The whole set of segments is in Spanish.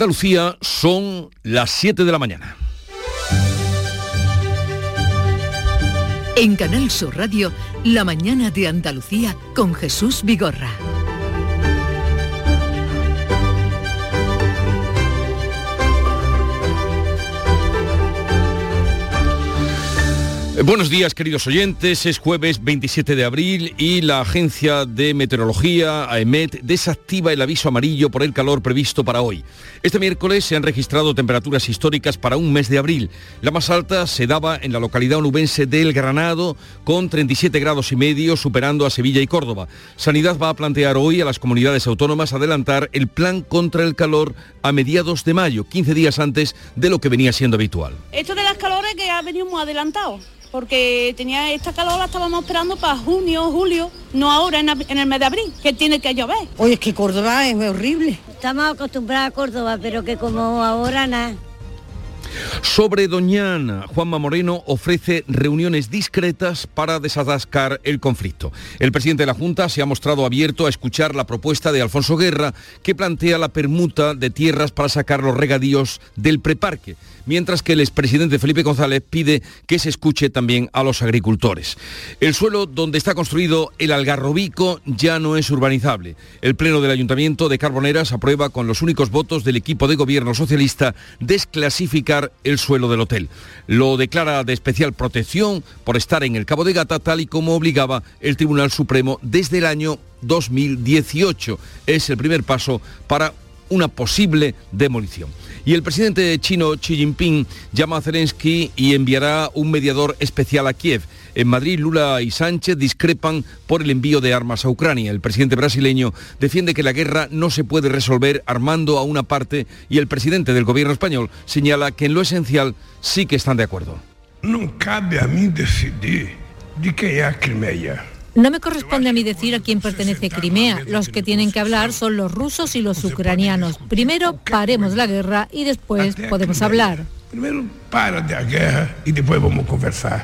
Andalucía, son las 7 de la mañana. En Canal Sur Radio, La mañana de Andalucía con Jesús Vigorra. Buenos días, queridos oyentes. Es jueves 27 de abril y la Agencia de Meteorología, AEMET, desactiva el aviso amarillo por el calor previsto para hoy. Este miércoles se han registrado temperaturas históricas para un mes de abril. La más alta se daba en la localidad onubense de El Granado, con 37 grados y medio, superando a Sevilla y Córdoba. Sanidad va a plantear hoy a las comunidades autónomas adelantar el plan contra el calor a mediados de mayo, 15 días antes de lo que venía siendo habitual. Esto de las calores que ha venido muy adelantado, porque tenía esta calor, la estábamos esperando para junio, julio, no ahora en el mes de abril, que tiene que llover. Oye, es que Córdoba es horrible. Estamos acostumbrados a Córdoba, pero que como ahora nada. Sobre Doñana, Juanma Moreno ofrece reuniones discretas para desatascar el conflicto. El presidente de la Junta se ha mostrado abierto a escuchar la propuesta de Alfonso Guerra, que plantea la permuta de tierras para sacar los regadíos del preparque, mientras que el expresidente Felipe González pide que se escuche también a los agricultores. El suelo donde está construido el Algarrobico ya no es urbanizable. El Pleno del Ayuntamiento de Carboneras aprueba con los únicos votos del equipo de gobierno socialista desclasificar el suelo del hotel. Lo declara de especial protección por estar en el Cabo de Gata, tal y como obligaba el Tribunal Supremo desde el año 2018. Es el primer paso para una posible demolición. Y el presidente chino Xi Jinping llama a Zelensky y enviará un mediador especial a Kiev. En Madrid, Lula y Sánchez discrepan por el envío de armas a Ucrania. El presidente brasileño defiende que la guerra no se puede resolver armando a una parte, y el presidente del gobierno español señala que en lo esencial sí que están de acuerdo. No cabe a mí decidir de qué es Crimea. No me corresponde a mí decir a quién pertenece Crimea. Los que tienen que hablar son los rusos y los ucranianos. Primero paremos la guerra y después podemos hablar. Primero para de la guerra y después vamos a conversar.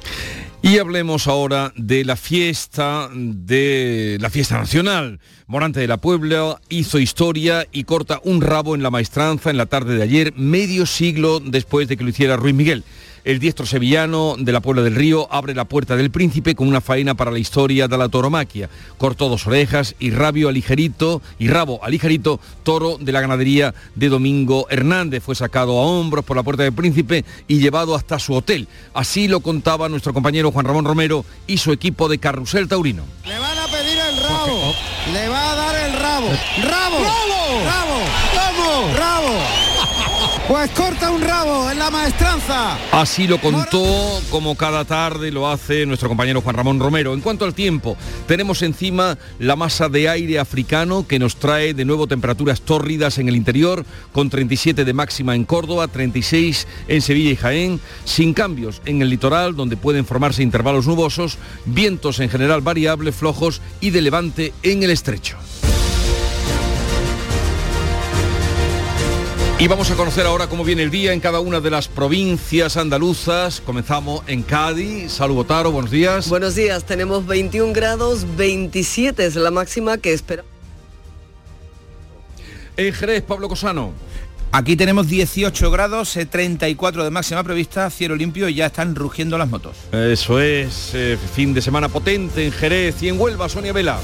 Y hablemos ahora de la fiesta nacional. Morante de la Puebla hizo historia y corta un rabo en la Maestranza en la tarde de ayer, medio siglo después de que lo hiciera Ruiz Miguel. El diestro sevillano de la Puebla del Río abre la Puerta del Príncipe con una faena para la historia de la tauromaquia. Cortó 2 orejas y rabo aligerito, toro de la ganadería de Domingo Hernández. Fue sacado a hombros por la Puerta del Príncipe y llevado hasta su hotel. Así lo contaba nuestro compañero Juan Ramón Romero y su equipo de Carrusel Taurino. Le van a pedir el rabo, le va a dar el rabo. ¡Rabo! ¡Rabo! ¡Rabo! ¿Cómo? ¡Rabo! Pues corta un rabo en la Maestranza. Así lo contó, como cada tarde lo hace nuestro compañero Juan Ramón Romero. En cuanto al tiempo, tenemos encima la masa de aire africano que nos trae de nuevo temperaturas tórridas en el interior, con 37 de máxima en Córdoba, 36 en Sevilla y Jaén, sin cambios en el litoral, donde pueden formarse intervalos nubosos, vientos en general variables, flojos y de levante en el estrecho. Y vamos a conocer ahora cómo viene el día en cada una de las provincias andaluzas. Comenzamos en Cádiz. Salud, Botaro, buenos días. Buenos días, tenemos 21 grados, 27 es la máxima que espera. En Jerez, Pablo Cosano. Aquí tenemos 18 grados, 34 de máxima prevista, cielo limpio y ya están rugiendo las motos. Eso es, fin de semana potente en Jerez y en Huelva, Sonia Vela.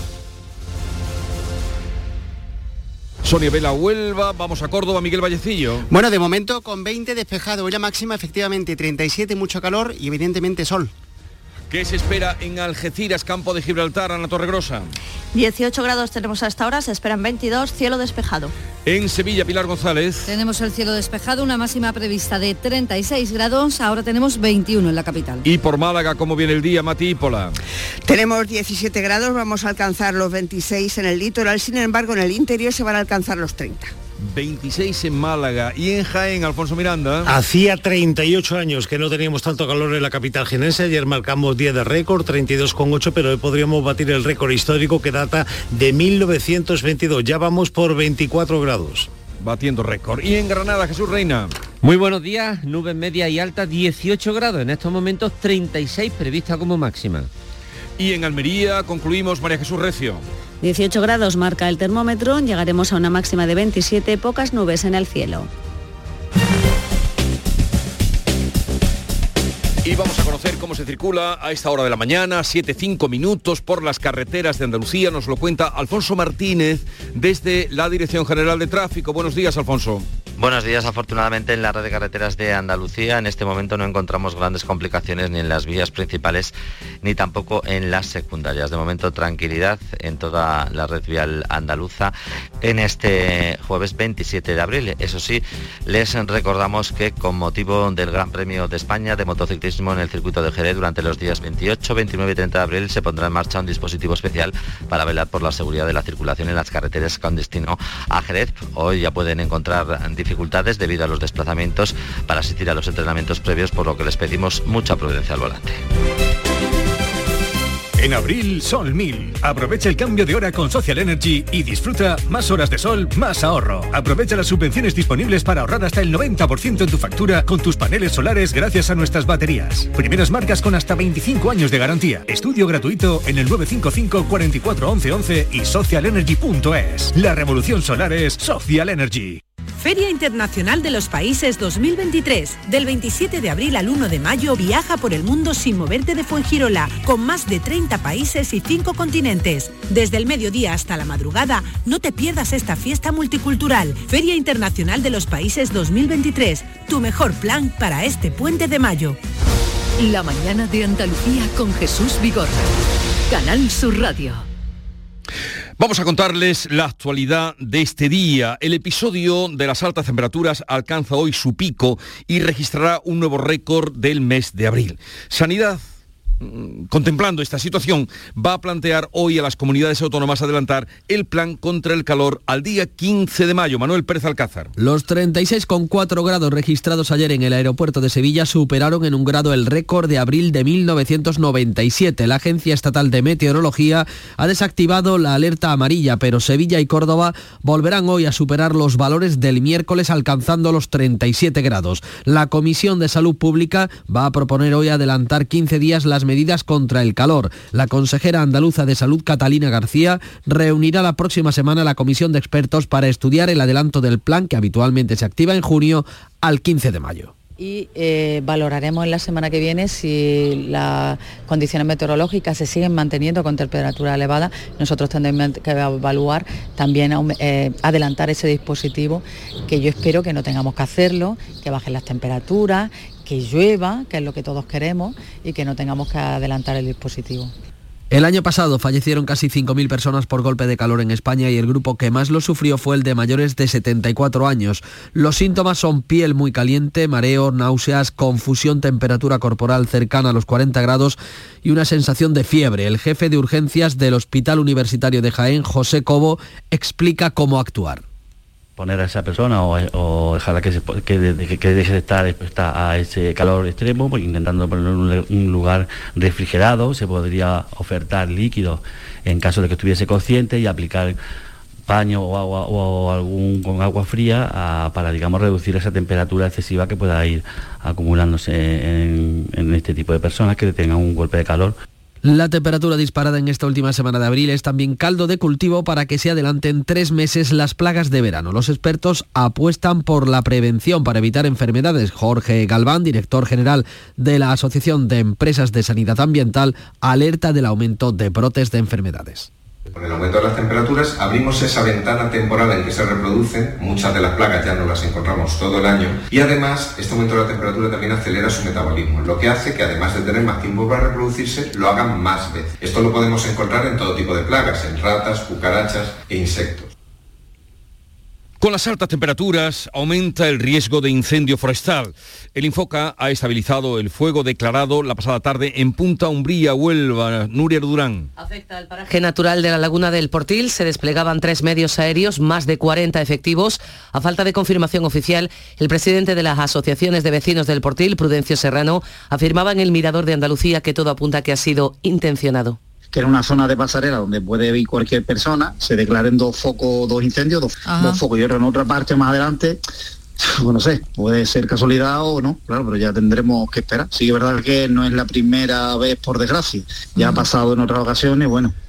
Sonia Vela, Huelva, vamos a Córdoba, Miguel Vallecillo. Bueno, de momento con 20 despejado, hoy la máxima efectivamente 37, mucho calor y evidentemente sol. ¿Qué se espera en Algeciras, Campo de Gibraltar, Ana Torregrosa? 18 grados tenemos hasta ahora, se esperan 22, cielo despejado. En Sevilla, Pilar González. Tenemos el cielo despejado, una máxima prevista de 36 grados, ahora tenemos 21 en la capital. Y por Málaga, ¿cómo viene el día, Mati Ípola? Tenemos 17 grados, vamos a alcanzar los 26 en el litoral, sin embargo en el interior se van a alcanzar los 30. 26 en Málaga. Y en Jaén, Alfonso Miranda. Hacía 38 años que no teníamos tanto calor en la capital jienense. Ayer marcamos día de récord, 32,8, pero hoy podríamos batir el récord histórico que data de 1922. Ya vamos por 24 grados. Batiendo récord. Y en Granada, Jesús Reina. Muy buenos días, nubes media y alta, 18 grados. En estos momentos 36 prevista como máxima. Y en Almería concluimos, María Jesús Recio. 18 grados marca el termómetro, llegaremos a una máxima de 27, pocas nubes en el cielo. Y vamos a conocer cómo se circula a esta hora de la mañana, 7:05 minutos, por las carreteras de Andalucía. Nos lo cuenta Alfonso Martínez desde la Dirección General de Tráfico. Buenos días, Alfonso. Buenos días. Afortunadamente en la red de carreteras de Andalucía en este momento no encontramos grandes complicaciones ni en las vías principales ni tampoco en las secundarias. De momento tranquilidad en toda la red vial andaluza en este jueves 27 de abril. Eso sí, les recordamos que con motivo del Gran Premio de España de motociclismo en el circuito de Jerez durante los días 28, 29 y 30 de abril se pondrá en marcha un dispositivo especial para velar por la seguridad de la circulación en las carreteras con destino a Jerez. Hoy ya pueden encontrar dificultades debido a los desplazamientos para asistir a los entrenamientos previos, por lo que les pedimos mucha prudencia al volante. En abril, Sol 1000. Aprovecha el cambio de hora con Social Energy y disfruta más horas de sol, más ahorro. Aprovecha las subvenciones disponibles para ahorrar hasta el 90% en tu factura con tus paneles solares gracias a nuestras baterías. Primeras marcas con hasta 25 años de garantía. Estudio gratuito en el 955 44 11 11 y socialenergy.es. La revolución solar es Social Energy. Feria Internacional de los Países 2023. Del 27 de abril al 1 de mayo viaja por el mundo sin moverte de Fuengirola, con más de 30 países y 5 continentes. Desde el mediodía hasta la madrugada, no te pierdas esta fiesta multicultural. Feria Internacional de los Países 2023. Tu mejor plan para este puente de mayo. La mañana de Andalucía con Jesús Vigorra. Canal Sur Radio. Vamos a contarles la actualidad de este día. El episodio de las altas temperaturas alcanza hoy su pico y registrará un nuevo récord del mes de abril. Sanidad, contemplando esta situación, va a plantear hoy a las comunidades autónomas adelantar el plan contra el calor al día 15 de mayo. Manuel Pérez Alcázar. Los 36,4 grados registrados ayer en el aeropuerto de Sevilla superaron en un grado el récord de abril de 1997. La Agencia Estatal de Meteorología ha desactivado la alerta amarilla, pero Sevilla y Córdoba volverán hoy a superar los valores del miércoles, alcanzando los 37 grados. La Comisión de Salud Pública va a proponer hoy adelantar 15 días las medidas contra el calor. La consejera andaluza de Salud, Catalina García, reunirá la próxima semana la comisión de expertos para estudiar el adelanto del plan, que habitualmente se activa en junio, al 15 de mayo. Y valoraremos en la semana que viene si las condiciones meteorológicas se siguen manteniendo con temperatura elevada. Nosotros tendremos que evaluar también adelantar ese dispositivo, que yo espero que no tengamos que hacerlo, que bajen las temperaturas, que llueva, que es lo que todos queremos, y que no tengamos que adelantar el dispositivo. El año pasado fallecieron casi 5.000 personas por golpe de calor en España y el grupo que más lo sufrió fue el de mayores de 74 años. Los síntomas son piel muy caliente, mareo, náuseas, confusión, temperatura corporal cercana a los 40 grados y una sensación de fiebre. El jefe de urgencias del Hospital Universitario de Jaén, José Cobo, explica cómo actuar. Poner a esa persona o dejarla que deje de estar expuesta a ese calor extremo, pues intentando ponerlo en un lugar refrigerado. Se podría ofertar líquidos en caso de que estuviese consciente y aplicar paño o agua con agua fría para, digamos, reducir esa temperatura excesiva que pueda ir acumulándose en este tipo de personas que tengan un golpe de calor. La temperatura disparada en esta última semana de abril es también caldo de cultivo para que se adelanten 3 meses las plagas de verano. Los expertos apuestan por la prevención para evitar enfermedades. Jorge Galván, director general de la Asociación de Empresas de Sanidad Ambiental, alerta del aumento de brotes de enfermedades. Con el aumento de las temperaturas abrimos esa ventana temporal en que se reproducen, muchas de las plagas ya no las encontramos todo el año, y además este aumento de la temperatura también acelera su metabolismo, lo que hace que además de tener más tiempo para reproducirse, lo hagan más veces. Esto lo podemos encontrar en todo tipo de plagas, en ratas, cucarachas e insectos. Con las altas temperaturas aumenta el riesgo de incendio forestal. El Infoca ha estabilizado el fuego declarado la pasada tarde en Punta Umbría, Huelva. Nuria Durán. Afecta al paraje natural de la laguna del Portil. Se desplegaban 3 medios aéreos, más de 40 efectivos. A falta de confirmación oficial, el presidente de las asociaciones de vecinos del Portil, Prudencio Serrano, afirmaba en el Mirador de Andalucía que todo apunta a que ha sido intencionado. Que era una zona de pasarela donde puede ir cualquier persona, se declaren 2 focos, 2 incendios, dos focos y otro en otra parte más adelante. Bueno, no sé, puede ser casualidad o no, claro, pero ya tendremos que esperar. Sí, es verdad que no es la primera vez, por desgracia, ya ha pasado en otras ocasiones, bueno,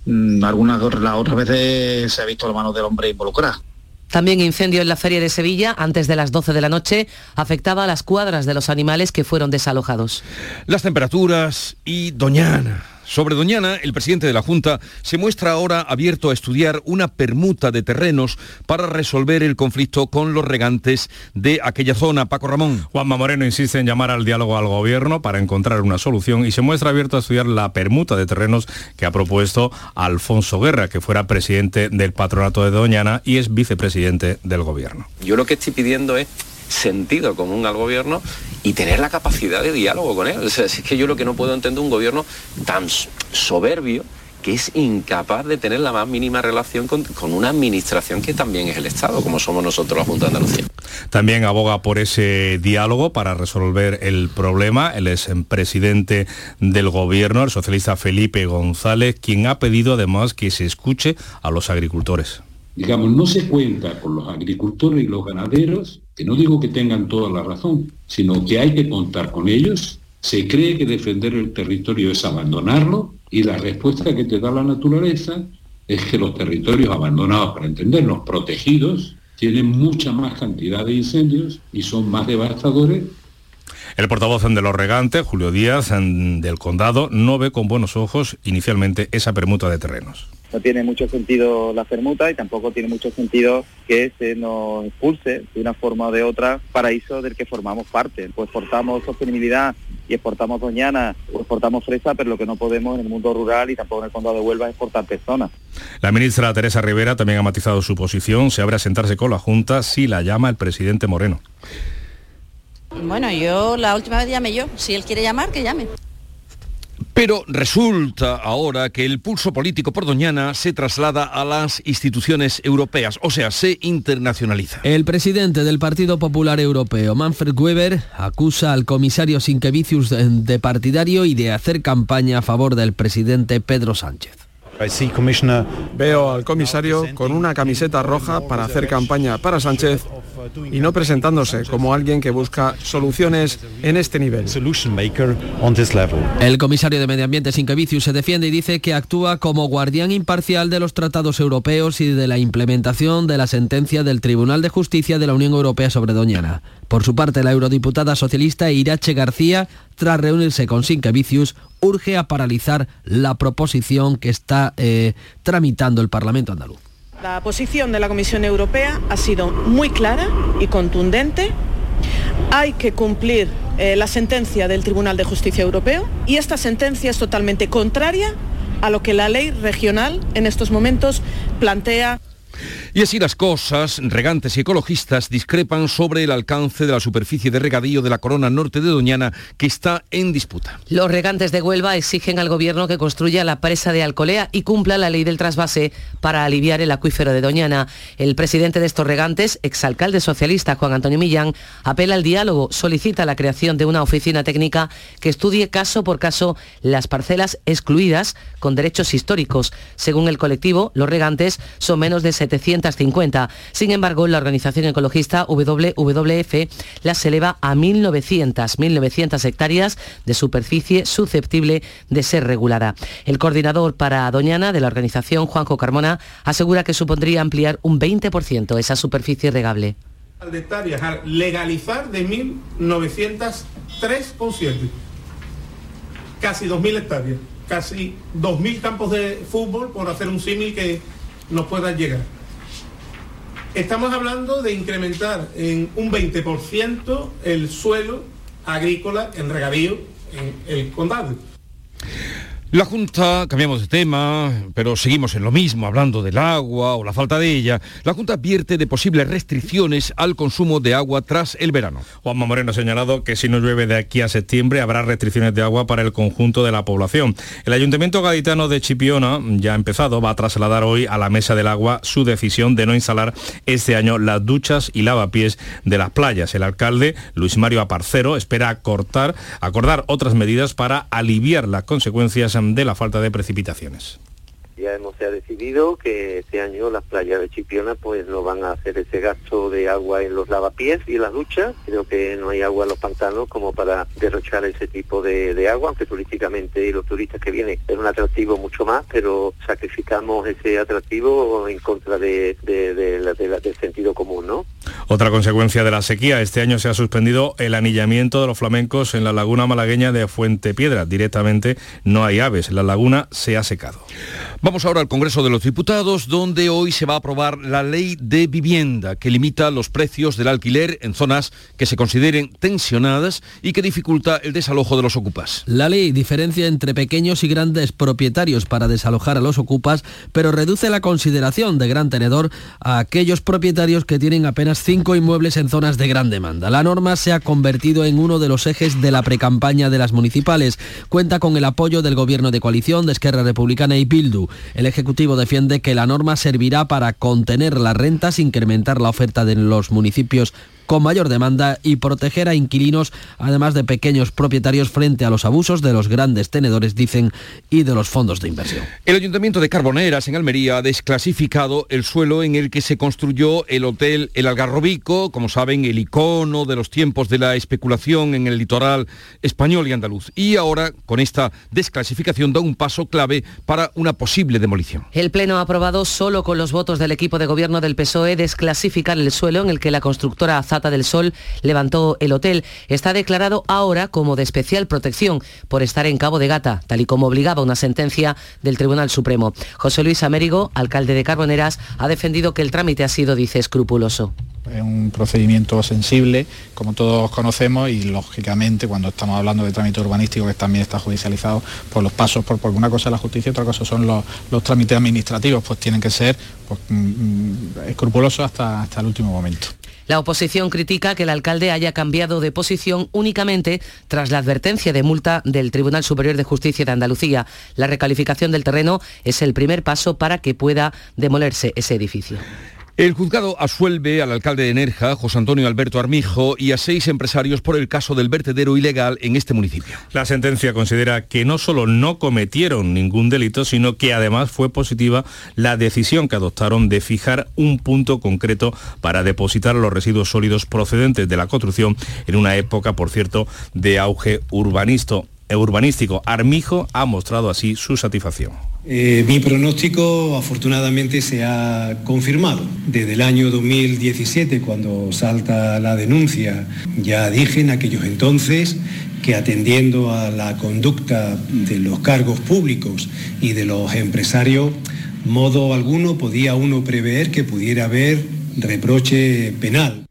Las otras veces se ha visto la mano del hombre involucrada. También incendio en la Feria de Sevilla, antes de las 12 de la noche, afectaba a las cuadras de los animales que fueron desalojados. Las temperaturas y Doñana. Sobre Doñana, el presidente de la Junta se muestra ahora abierto a estudiar una permuta de terrenos para resolver el conflicto con los regantes de aquella zona. Paco Ramón. Juanma Moreno insiste en llamar al diálogo al gobierno para encontrar una solución y se muestra abierto a estudiar la permuta de terrenos que ha propuesto Alfonso Guerra, que fuera presidente del patronato de Doñana y es vicepresidente del gobierno. Yo lo que estoy pidiendo es sentido común al gobierno y tener la capacidad de diálogo con él. O sea, es que yo lo que no puedo entender un gobierno tan soberbio que es incapaz de tener la más mínima relación con una administración que también es el Estado, como somos nosotros la Junta de Andalucía. También aboga por ese diálogo para resolver el problema. Él es presidente del gobierno, el socialista Felipe González, quien ha pedido además que se escuche a los agricultores. Digamos, no se cuenta con los agricultores y los ganaderos, que no digo que tengan toda la razón, sino que hay que contar con ellos. Se cree que defender el territorio es abandonarlo y la respuesta que te da la naturaleza es que los territorios abandonados, para entendernos, protegidos, tienen mucha más cantidad de incendios y son más devastadores. El portavoz de los regantes, Julio Díaz, del Condado, no ve con buenos ojos inicialmente esa permuta de terrenos. No tiene mucho sentido la permuta y tampoco tiene mucho sentido que se nos expulse de una forma o de otra paraíso del que formamos parte. Pues exportamos sostenibilidad y exportamos Doñana o exportamos fresa, pero lo que no podemos en el mundo rural y tampoco en el Condado de Huelva es exportar personas. La ministra Teresa Rivera también ha matizado su posición. Se abre a sentarse con la Junta si la llama el presidente Moreno. Bueno, yo la última vez llamé yo. Si él quiere llamar, que llame. Pero resulta ahora que el pulso político por Doñana se traslada a las instituciones europeas, o sea, se internacionaliza. El presidente del Partido Popular Europeo, Manfred Weber, acusa al comisario Sinquevicius de partidario y de hacer campaña a favor del presidente Pedro Sánchez. Veo al comisario con una camiseta roja para hacer campaña para Sánchez y no presentándose como alguien que busca soluciones en este nivel. El comisario de Medio Ambiente Sinquevicius se defiende y dice que actúa como guardián imparcial de los tratados europeos y de la implementación de la sentencia del Tribunal de Justicia de la Unión Europea sobre Doñana. Por su parte, la eurodiputada socialista Irache García, tras reunirse con Sinquevicius, urge a paralizar la proposición que está tramitando el Parlamento andaluz. La posición de la Comisión Europea ha sido muy clara y contundente. Hay que cumplir la sentencia del Tribunal de Justicia Europeo y esta sentencia es totalmente contraria a lo que la ley regional en estos momentos plantea. Y así las cosas, regantes y ecologistas discrepan sobre el alcance de la superficie de regadío de la corona norte de Doñana, que está en disputa. Los regantes de Huelva exigen al gobierno que construya la presa de Alcolea y cumpla la ley del trasvase para aliviar el acuífero de Doñana. El presidente de estos regantes, exalcalde socialista Juan Antonio Millán, apela al diálogo, solicita la creación de una oficina técnica que estudie caso por caso las parcelas excluidas con derechos históricos. Según el colectivo, los regantes son menos de 750. Sin embargo, la organización ecologista WWF las eleva a 1.900 hectáreas de superficie susceptible de ser regulada. El coordinador para Doñana de la organización, Juanjo Carmona, asegura que supondría ampliar un 20% esa superficie regable. De hectáreas a legalizar de 1.903,7. Casi 2.000 hectáreas, casi 2.000 campos de fútbol, por hacer un símil que nos pueda llegar. Estamos hablando de incrementar en un 20% el suelo agrícola en regadío en el condado. La Junta, cambiamos de tema, pero seguimos en lo mismo, hablando del agua o la falta de ella. La Junta advierte de posibles restricciones al consumo de agua tras el verano. Juanma Moreno ha señalado que si no llueve de aquí a septiembre habrá restricciones de agua para el conjunto de la población. El Ayuntamiento gaditano de Chipiona ya ha empezado, va a trasladar hoy a la Mesa del Agua su decisión de no instalar este año las duchas y lavapiés de las playas. El alcalde, Luis Mario Aparcero, espera acordar otras medidas para aliviar las consecuencias de la falta de precipitaciones. Ya se ha decidido que este año las playas de Chipiona pues no van a hacer ese gasto de agua en los lavapiés y en las duchas. Creo que no hay agua en los pantanos como para derrochar ese tipo de agua, aunque turísticamente y los turistas que vienen es un atractivo mucho más, pero sacrificamos ese atractivo en contra del sentido común, ¿no? Otra consecuencia de la sequía, este año se ha suspendido el anillamiento de los flamencos en la laguna malagueña de Fuentepiedra. Directamente no hay aves, la laguna se ha secado. Vamos ahora al Congreso de los Diputados, donde hoy se va a aprobar la ley de vivienda que limita los precios del alquiler en zonas que se consideren tensionadas y que dificulta el desalojo de los ocupas. La ley diferencia entre pequeños y grandes propietarios para desalojar a los ocupas, pero reduce la consideración de gran tenedor a aquellos propietarios que tienen apenas 5 inmuebles en zonas de gran demanda. La norma se ha convertido en uno de los ejes de la precampaña de las municipales. Cuenta con el apoyo del Gobierno de coalición de Esquerra Republicana y Bildu. El Ejecutivo defiende que la norma servirá para contener las rentas, incrementar la oferta de los municipios con mayor demanda y proteger a inquilinos, además de pequeños propietarios, frente a los abusos de los grandes tenedores, dicen, y de los fondos de inversión. El Ayuntamiento de Carboneras, en Almería, ha desclasificado el suelo en el que se construyó el hotel El Algarrobico, como saben, el icono de los tiempos de la especulación en el litoral español y andaluz. Y ahora, con esta desclasificación, da un paso clave para una posible demolición. El Pleno ha aprobado, solo con los votos del equipo de gobierno del PSOE, desclasificar el suelo en el que la constructora Zata del Sol levantó el hotel. Está declarado ahora como de especial protección por estar en Cabo de Gata, tal y como obligaba una sentencia del Tribunal Supremo. José Luis Amérigo, alcalde de Carboneras, ha defendido que el trámite ha sido, dice, escrupuloso. Es un procedimiento sensible, como todos conocemos, y lógicamente cuando estamos hablando de trámite urbanístico que también está judicializado, pues los pasos, porque una cosa es la justicia y otra cosa son los trámites administrativos, pues tienen que ser escrupulosos hasta el último momento. La oposición critica que el alcalde haya cambiado de posición únicamente tras la advertencia de multa del Tribunal Superior de Justicia de Andalucía. La recalificación del terreno es el primer paso para que pueda demolerse ese edificio. El juzgado absuelve al alcalde de Nerja, José Antonio Alberto Armijo, y a 6 empresarios por el caso del vertedero ilegal en este municipio. La sentencia considera que no solo no cometieron ningún delito, sino que además fue positiva la decisión que adoptaron de fijar un punto concreto para depositar los residuos sólidos procedentes de la construcción en una época, por cierto, de auge urbanístico. Armijo ha mostrado así su satisfacción. Mi pronóstico afortunadamente se ha confirmado. Desde el año 2017, cuando salta la denuncia, ya dije en aquellos entonces que atendiendo a la conducta de los cargos públicos y de los empresarios, modo alguno podía uno prever que pudiera haber reproche penal.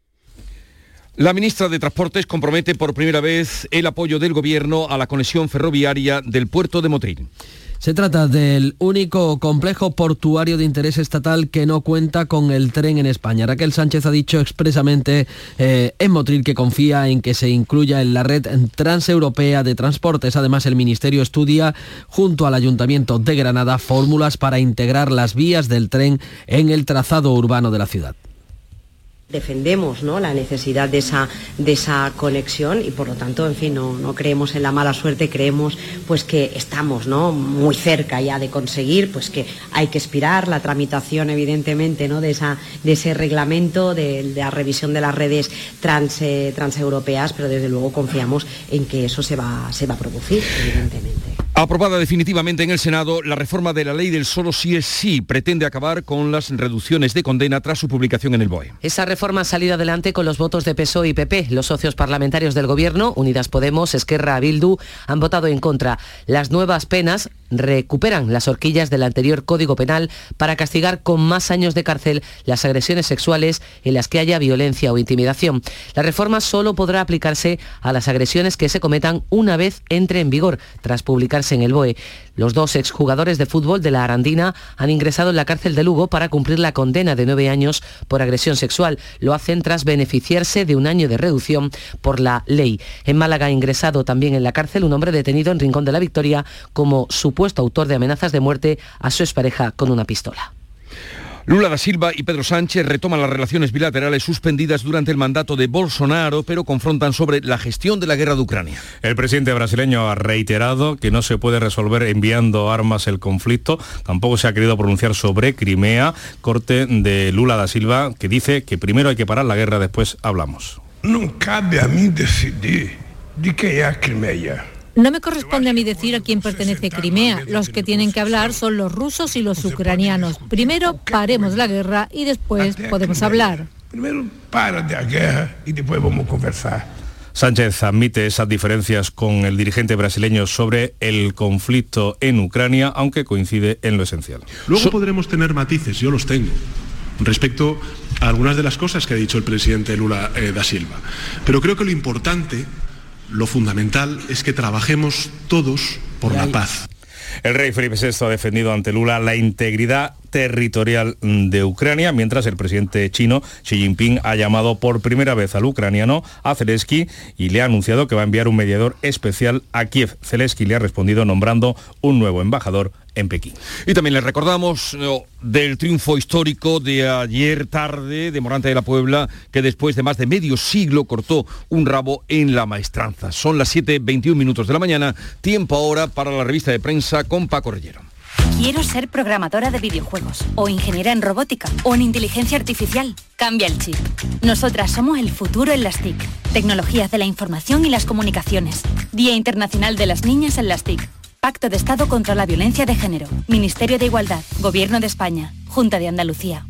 La ministra de Transportes compromete por primera vez el apoyo del Gobierno a la conexión ferroviaria del puerto de Motril. Se trata del único complejo portuario de interés estatal que no cuenta con el tren en España. Raquel Sánchez ha dicho expresamente en Motril que confía en que se incluya en la red transeuropea de transportes. Además, el Ministerio estudia, junto al Ayuntamiento de Granada, fórmulas para integrar las vías del tren en el trazado urbano de la ciudad. Defendemos, ¿no?, la necesidad de esa conexión y por lo tanto, en fin, no creemos en la mala suerte, creemos pues que estamos, ¿no?, muy cerca ya de conseguir, pues que hay que expirar la tramitación, evidentemente, ¿no?, de ese reglamento, de la revisión de las redes transeuropeas, pero desde luego confiamos en que eso se va a producir, evidentemente. Aprobada definitivamente en el Senado, la reforma de la ley del solo sí es sí pretende acabar con las reducciones de condena tras su publicación en el BOE. Esa reforma ha salido adelante con los votos de PSOE y PP. Los socios parlamentarios del Gobierno, Unidas Podemos, Esquerra, Bildu, han votado en contra. Las nuevas penas recuperan las horquillas del anterior Código Penal para castigar con más años de cárcel las agresiones sexuales en las que haya violencia o intimidación. La reforma solo podrá aplicarse a las agresiones que se cometan una vez entre en vigor, tras publicarse en el BOE. Los 2 exjugadores de fútbol de la Arandina han ingresado en la cárcel de Lugo para cumplir la condena de 9 años por agresión sexual. Lo hacen tras beneficiarse de un año de reducción por la ley. En Málaga ha ingresado también en la cárcel un hombre detenido en Rincón de la Victoria como supuesto autor de amenazas de muerte a su expareja con una pistola. Lula da Silva y Pedro Sánchez retoman las relaciones bilaterales suspendidas durante el mandato de Bolsonaro, pero confrontan sobre la gestión de la guerra de Ucrania. El presidente brasileño ha reiterado que no se puede resolver enviando armas el conflicto. Tampoco se ha querido pronunciar sobre Crimea, corte de Lula da Silva, que dice que primero hay que parar la guerra, después hablamos. No cabe a mí decidir de qué es Crimea. No me corresponde a mí decir a quién pertenece Crimea. Los que tienen que hablar son los rusos y los ucranianos. Primero paremos la guerra y después podemos hablar. Primero para la guerra y después vamos a conversar. Sánchez admite esas diferencias con el dirigente brasileño sobre el conflicto en Ucrania, aunque coincide en lo esencial. Luego podremos tener matices, yo los tengo, respecto a algunas de las cosas que ha dicho el presidente Lula da Silva. Pero creo que lo importante, lo fundamental, es que trabajemos todos por la paz. El rey Felipe VI ha defendido ante Lula la integridad territorial de Ucrania, mientras el presidente chino Xi Jinping ha llamado por primera vez al ucraniano, a Zelensky, y le ha anunciado que va a enviar un mediador especial a Kiev. Zelensky le ha respondido nombrando un nuevo embajador en Pekín. Y también les recordamos del triunfo histórico de ayer tarde de Morante de la Puebla, que después de más de medio siglo cortó un rabo en la maestranza. Son las 7:21 de la mañana, tiempo ahora para la revista de prensa con Paco Rellero. Quiero ser programadora de videojuegos, o ingeniera en robótica, o en inteligencia artificial. Cambia el chip. Nosotras somos el futuro en las TIC. Tecnologías de la información y las comunicaciones. Día Internacional de las Niñas en las TIC. Pacto de Estado contra la Violencia de Género. Ministerio de Igualdad. Gobierno de España. Junta de Andalucía.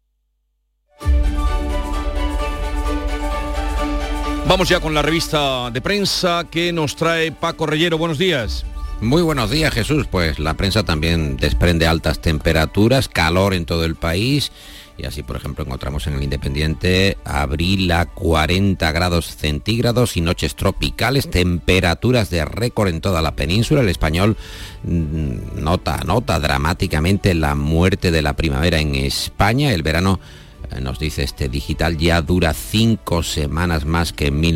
Vamos ya con la revista de prensa que nos trae Paco Rellero. Buenos días. Muy buenos días, Jesús. Pues la prensa también desprende altas temperaturas, calor en todo el país. Y así, por ejemplo, encontramos en el Independiente abril a 40 grados centígrados y noches tropicales, temperaturas de récord en toda la península. El Español nota dramáticamente la muerte de la primavera en España. El verano, nos dice este digital, ya dura 5 semanas más que en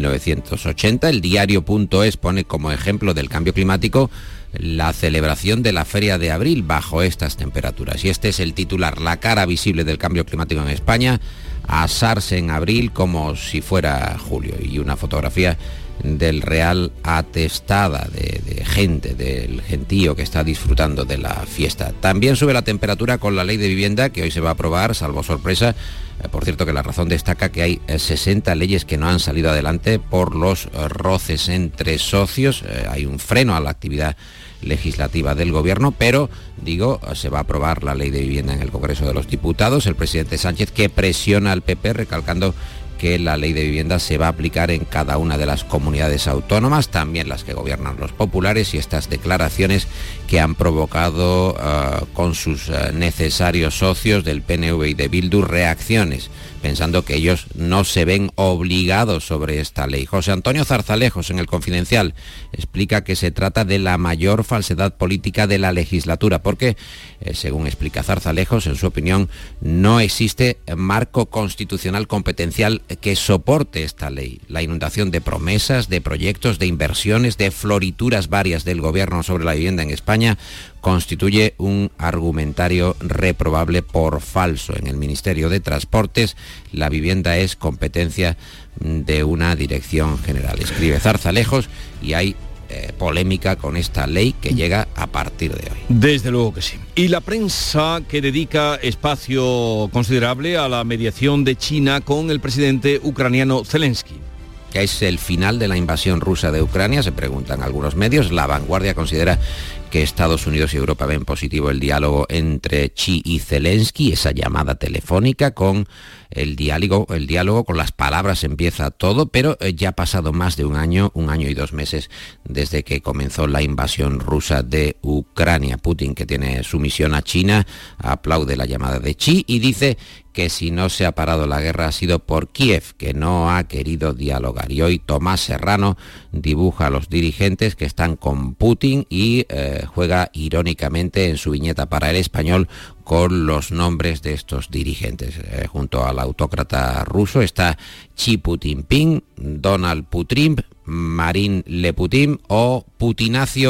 1980. El diario.es pone como ejemplo del cambio climático la celebración de la Feria de Abril bajo estas temperaturas. Y este es el titular: la cara visible del cambio climático en España, asarse en abril como si fuera julio. Y una fotografía del Real atestada de gente, del gentío que está disfrutando de la fiesta. También sube la temperatura con la ley de vivienda que hoy se va a aprobar, salvo sorpresa. Por cierto, que La Razón destaca que hay 60 leyes que no han salido adelante por los roces entre socios. Hay un freno a la actividad legislativa del gobierno, pero, se va a aprobar la ley de vivienda en el Congreso de los Diputados. El presidente Sánchez, que presiona al PP, recalcando que la ley de vivienda se va a aplicar en cada una de las comunidades autónomas, también las que gobiernan los populares, y estas declaraciones que han provocado con sus necesarios socios del PNV y de Bildu reacciones, pensando que ellos no se ven obligados sobre esta ley. José Antonio Zarzalejos, en El Confidencial, explica que se trata de la mayor falsedad política de la legislatura, porque, según explica Zarzalejos, en su opinión, no existe marco constitucional competencial que soporte esta ley. La inundación de promesas, de proyectos, de inversiones, de florituras varias del gobierno sobre la vivienda en España constituye un argumentario reprobable por falso. En el Ministerio de Transportes, la vivienda es competencia de una dirección general, escribe Zarzalejos, y hay polémica con esta ley que llega a partir de hoy. Desde luego que sí. Y la prensa, que dedica espacio considerable a la mediación de China con el presidente ucraniano Zelensky. ¿Ya es el final de la invasión rusa de Ucrania?, se preguntan algunos medios. La Vanguardia considera que Estados Unidos y Europa ven positivo el diálogo entre Xi y Zelensky, esa llamada telefónica con el diálogo, con las palabras empieza todo, pero ya ha pasado más de un año y 2 meses desde que comenzó la invasión rusa de Ucrania. Putin, que tiene su misión a China, aplaude la llamada de Xi y dice que si no se ha parado la guerra ha sido por Kiev, que no ha querido dialogar. Y hoy Tomás Serrano dibuja a los dirigentes que están con Putin y juega irónicamente en su viñeta para El Español con los nombres de estos dirigentes. Junto al autócrata ruso está Xi Putinping, Donald Putin, Marine Le Putin o Putinacio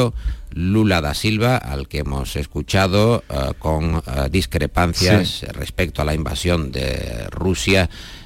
Lula da Silva, al que hemos escuchado con discrepancias respecto a la invasión de Rusia,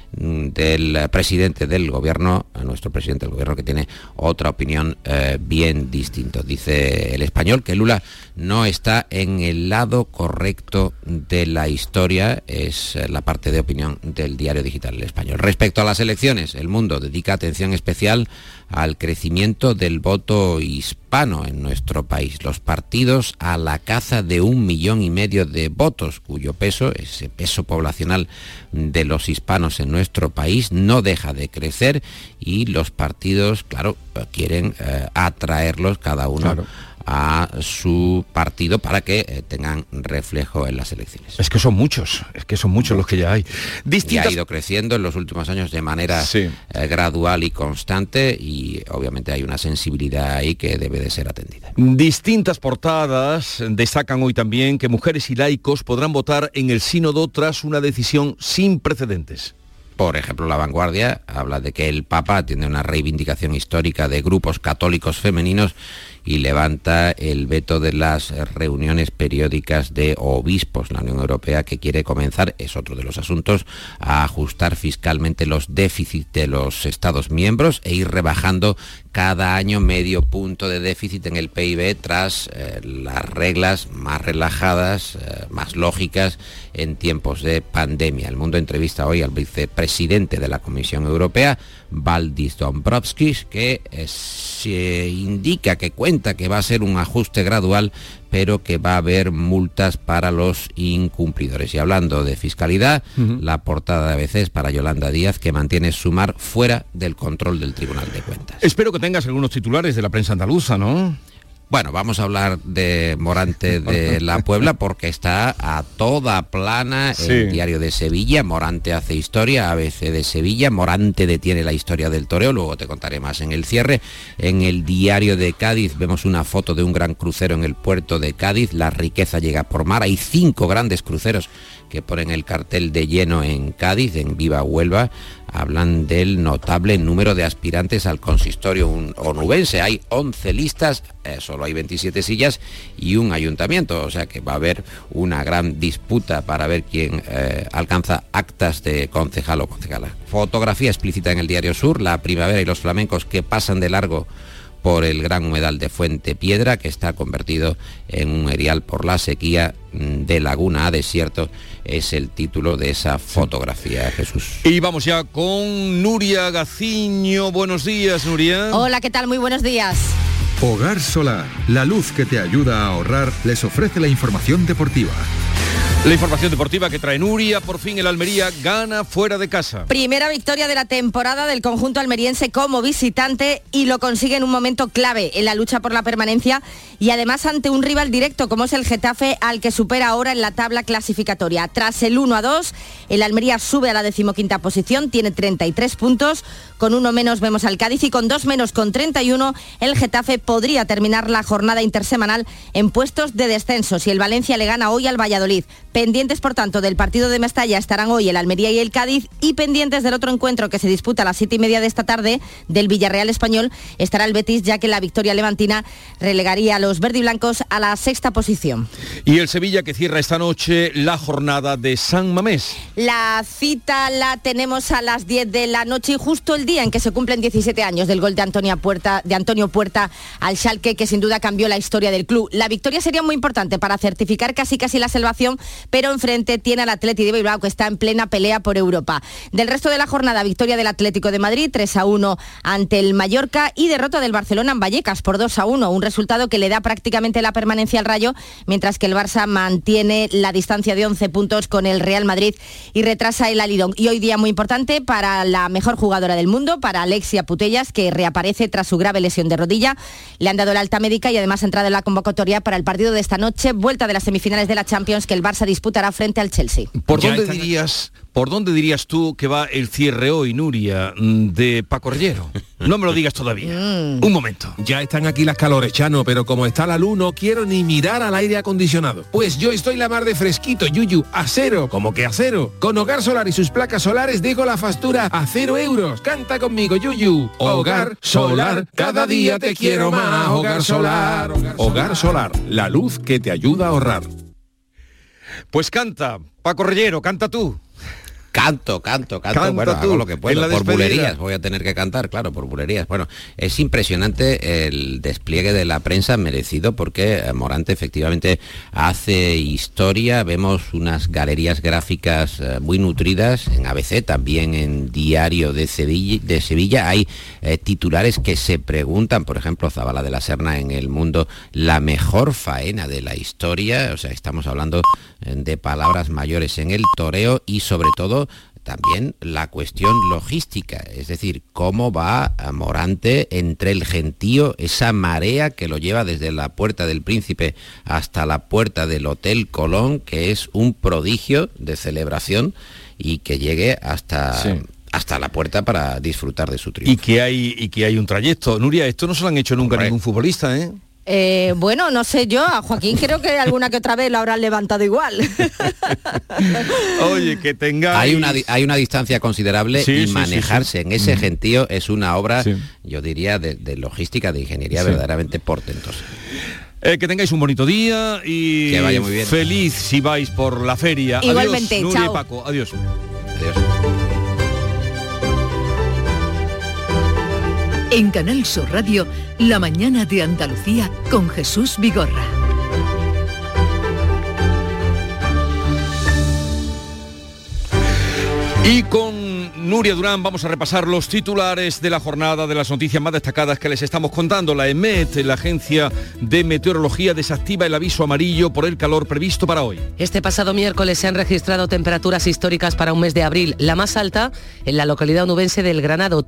del presidente del gobierno, nuestro presidente del gobierno, que tiene otra opinión bien distinta. Dice el Español que Lula no está en el lado correcto de la historia, es la parte de opinión del diario digital El Español. Respecto a las elecciones, El Mundo dedica atención especial al crecimiento del voto hispano en nuestro país. Los partidos a la caza de 1,5 millones de votos, cuyo peso, ese peso poblacional de los hispanos en nuestro país, no deja de crecer, y los partidos, claro, quieren atraerlos cada uno a su partido para que tengan reflejo en las elecciones. Es que son muchos los que ya hay. Y ha ido creciendo en los últimos años de manera gradual y constante, y obviamente hay una sensibilidad ahí que debe de ser atendida. Distintas portadas destacan hoy también que mujeres y laicos podrán votar en el sínodo tras una decisión sin precedentes. Por ejemplo, La Vanguardia habla de que el Papa tiene una reivindicación histórica de grupos católicos femeninos y levanta el veto de las reuniones periódicas de obispos. La Unión Europea, que quiere comenzar, es otro de los asuntos, a ajustar fiscalmente los déficits de los Estados miembros e ir rebajando cada año medio punto de déficit en el PIB tras las reglas más relajadas, más lógicas en tiempos de pandemia. El Mundo entrevista hoy al vicepresidente de la Comisión Europea, Valdis Dombrovskis, que se indica, que cuenta que va a ser un ajuste gradual, pero que va a haber multas para los incumplidores. Y hablando de fiscalidad, la portada de ABC es para Yolanda Díaz, que mantiene Sumar fuera del control del Tribunal de Cuentas. Espero que tengas algunos titulares de la prensa andaluza, ¿no? Bueno, vamos a hablar de Morante de la Puebla, porque está a toda plana el Diario de Sevilla. Morante hace historia, ABC de Sevilla. Morante detiene la historia del toreo, luego te contaré más en el cierre. En el Diario de Cádiz vemos una foto de un gran crucero en el puerto de Cádiz. La riqueza llega por mar. Hay 5 grandes cruceros que ponen el cartel de lleno en Cádiz, en Viva Huelva. Hablan del notable número de aspirantes al consistorio onubense. Hay 11 listas, solo hay 27 sillas y un ayuntamiento, o sea que va a haber una gran disputa para ver quién alcanza actas de concejal o concejala. Fotografía explícita en el Diario Sur, la primavera y los flamencos que pasan de largo por el gran humedal de Fuente Piedra, que está convertido en un erial por la sequía. De laguna a desierto es el título de esa fotografía, Jesús. Y vamos ya con Nuria Gaciño. Buenos días, Nuria. Hola, ¿qué tal? Muy buenos días. Hogar Solar, la luz que te ayuda a ahorrar, les ofrece la información deportiva. La información deportiva que trae Nuria. Por fin el Almería gana fuera de casa. Primera victoria de la temporada del conjunto almeriense como visitante, y lo consigue en un momento clave en la lucha por la permanencia, y además ante un rival directo como es el Getafe, al que supera ahora en la tabla clasificatoria. Tras el 1-2, el Almería sube a la 15ª posición, tiene 33 puntos, con 1 menos vemos al Cádiz, y con 2 menos, con 31, el Getafe podría terminar la jornada intersemanal en puestos de descenso si el Valencia le gana hoy al Valladolid. Pendientes, por tanto, del partido de Mestalla estarán hoy el Almería y el Cádiz, y pendientes del otro encuentro que se disputa a las 7:30 de esta tarde, del Villarreal Español, estará el Betis, ya que la victoria levantina relegaría a los verdiblancos a la 6ª posición. Y el Sevilla, que cierra esta noche la jornada de San Mamés. La cita la tenemos a las 10 de la noche, y justo el día en que se cumplen 17 años del gol de Antonio Puerta al Schalke, que sin duda cambió la historia del club. La victoria sería muy importante para certificar casi la salvación, pero enfrente tiene al Athletic de Bilbao, que está en plena pelea por Europa. Del resto de la jornada, victoria del Atlético de Madrid 3-1 ante el Mallorca, y derrota del Barcelona en Vallecas por 2-1, un resultado que le da prácticamente la permanencia al Rayo, mientras que el Barça mantiene la distancia de 11 puntos con el Real Madrid y retrasa el Alidón. Y hoy día muy importante para la mejor jugadora del mundo, para Alexia Putellas, que reaparece tras su grave lesión de rodilla. Le han dado la alta médica y además ha entrado en la convocatoria para el partido de esta noche, vuelta de las semifinales de la Champions, que el Barça disputará frente al Chelsea. ¿Por dónde dirías tú que va el cierre hoy, Nuria, de Paco Rellero? No me lo digas todavía. Un momento. Ya están aquí las calores, Chano, pero como está la luz no quiero ni mirar al aire acondicionado. Pues yo estoy la mar de fresquito, Yuyu, a cero. ¿Cómo que a cero? Con Hogar Solar y sus placas solares dejo la factura a 0 euros. Canta conmigo, Yuyu. Hogar Solar, cada día te quiero más. Hogar Solar. Hogar Solar, la luz que te ayuda a ahorrar. Pues canta, Paco Rellero, canta tú. Canto. Bueno, hago lo que puedo. Por bulerías voy a tener que cantar, claro, por bulerías. Bueno, es impresionante el despliegue de la prensa merecido porque Morante efectivamente hace historia. Vemos unas galerías gráficas muy nutridas en ABC, también en Diario de Sevilla. Hay titulares que se preguntan, por ejemplo, Zabala de la Serna en El Mundo, la mejor faena de la historia. O sea, estamos hablando de palabras mayores en el toreo y sobre todo también la cuestión logística, es decir, cómo va a Morante entre el gentío, esa marea que lo lleva desde la Puerta del Príncipe hasta la puerta del Hotel Colón, que es un prodigio de celebración y que llegue hasta la puerta para disfrutar de su triunfo. Y que hay un trayecto. Nuria, esto no se lo han hecho nunca a ningún futbolista, ¿eh? Bueno, no sé yo, a Joaquín creo que alguna que otra vez lo habrán levantado igual. Oye, que tenga... Hay una distancia considerable y manejarse en ese gentío es una obra, yo diría, de logística, de ingeniería verdaderamente portentosa. Que tengáis un bonito día y que vaya muy bien. Feliz si vais por la feria. Igualmente, adiós, Nuria chao. y Paco, adiós. Adiós. En Canal Sur Radio, La mañana de Andalucía con Jesús Vigorra. Y con Nuria Durán vamos a repasar los titulares de la jornada de las noticias más destacadas que les estamos contando. La EMET, la Agencia de Meteorología, desactiva el aviso amarillo por el calor previsto para hoy. Este pasado miércoles se han registrado temperaturas históricas para un mes de abril. La más alta en la localidad onubense del Granado,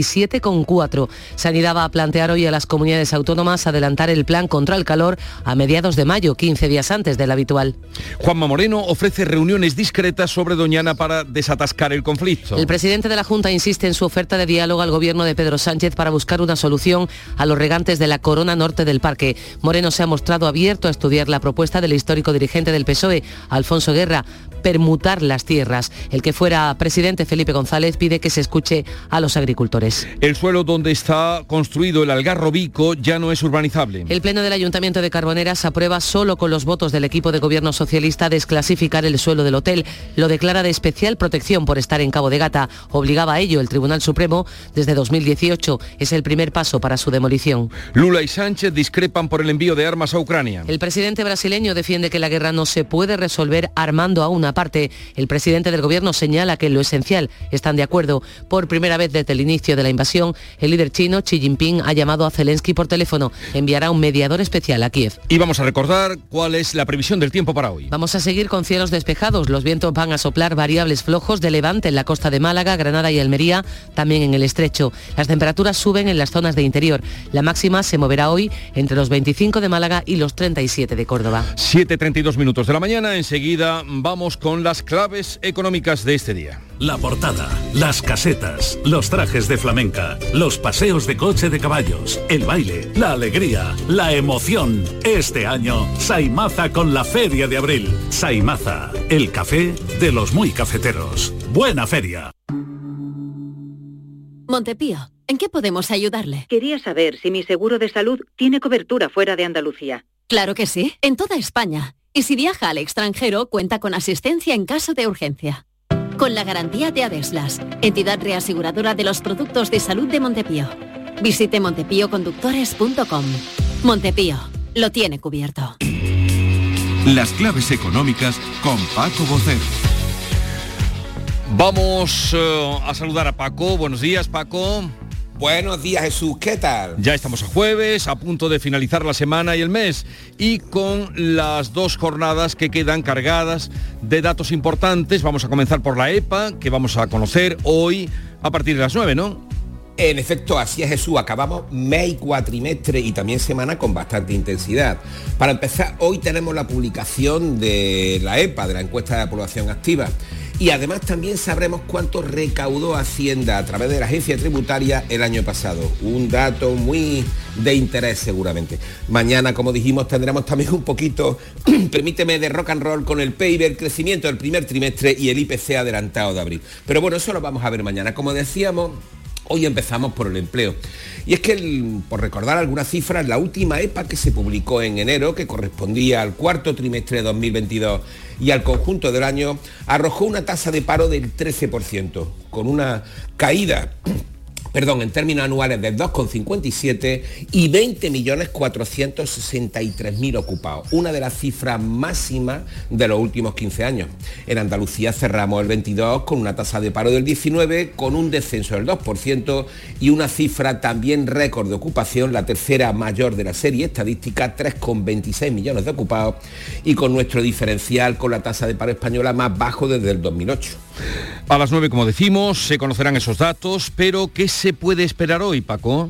37,4. Sanidad va a plantear hoy a las comunidades autónomas adelantar el plan contra el calor a mediados de mayo, 15 días antes del habitual. Juanma Moreno ofrece reuniones discretas sobre Doñana para desatascar el conflicto. El presidente de la Junta insiste en su oferta de diálogo al gobierno de Pedro Sánchez para buscar una solución a los regantes de la corona norte del parque. Moreno se ha mostrado abierto a estudiar la propuesta del histórico dirigente del PSOE, Alfonso Guerra, permutar las tierras. El que fuera presidente, Felipe González, pide que se escuche a los agricultores. El suelo donde está construido el Algarrobico ya no es urbanizable. El Pleno del Ayuntamiento de Carboneras aprueba solo con los votos del equipo de gobierno socialista desclasificar el suelo del hotel. Lo declara de especial protección por estar en Cabo de Gata. Obligaba a ello el Tribunal Supremo desde 2018. Es el primer paso para su demolición. Lula y Sánchez discrepan por el envío de armas a Ucrania. El presidente brasileño defiende que la guerra no se puede resolver armando a una parte. El presidente del gobierno señala que en lo esencial están de acuerdo. Por primera vez desde el inicio de la invasión, el líder chino Xi Jinping ha llamado a Zelensky por teléfono. Enviará un mediador especial a Kiev. Y vamos a recordar cuál es la previsión del tiempo para hoy. Vamos a seguir con cielos despejados. Los vientos van a soplar variables flojos de levante en la costa de Málaga, Granada y Almería, también en el estrecho. Las temperaturas suben en las zonas de interior. La máxima se moverá hoy entre los 25 de Málaga y los 37 de Córdoba. 7:32 minutos de la mañana. Enseguida vamos con las claves económicas de este día. La portada, las casetas, los trajes de flamenca, los paseos de coche de caballos, el baile, la alegría, la emoción. Este año, Saimaza con la Feria de Abril. Saimaza, el café de los muy cafeteros. ¡Buena feria! Montepío, ¿en qué podemos ayudarle? Quería saber si mi seguro de salud tiene cobertura fuera de Andalucía. Claro que sí, en toda España. Y si viaja al extranjero, cuenta con asistencia en caso de urgencia. Con la garantía de Adeslas, entidad reaseguradora de los productos de salud de Montepío. Visite montepíoconductores.com. Montepío, lo tiene cubierto. Las claves económicas con Paco Bocero. Vamos a saludar a Paco. Buenos días, Paco. Buenos días, Jesús, ¿qué tal? Ya estamos a jueves, a punto de finalizar la semana y el mes, y con las dos jornadas que quedan cargadas de datos importantes. Vamos a comenzar por la EPA, que vamos a conocer hoy a partir de las 9, ¿no? En efecto, así es, Jesús. Acabamos mes y cuatrimestre y también semana con bastante intensidad. Para empezar, hoy tenemos la publicación de la EPA, de la encuesta de la población activa. Y además también sabremos cuánto recaudó Hacienda a través de la agencia tributaria el año pasado. Un dato muy de interés seguramente. Mañana, como dijimos, tendremos también un poquito, permíteme, de rock and roll con el PIB, el crecimiento del primer trimestre y el IPC adelantado de abril. Pero bueno, eso lo vamos a ver mañana. Como decíamos, hoy empezamos por el empleo. Y es que, por recordar algunas cifras, la última EPA que se publicó en enero, que correspondía al cuarto trimestre de 2022 y al conjunto del año, arrojó una tasa de paro del 13%, con una caída en términos anuales del 2,57 y 20.463.000 ocupados, una de las cifras máximas de los últimos 15 años. En Andalucía cerramos el 22 con una tasa de paro del 19, con un descenso del 2% y una cifra también récord de ocupación, la tercera mayor de la serie estadística, 3,26 millones de ocupados, y con nuestro diferencial con la tasa de paro española más bajo desde el 2008. A las 9, como decimos, se conocerán esos datos, pero ¿qué se puede esperar hoy, Paco?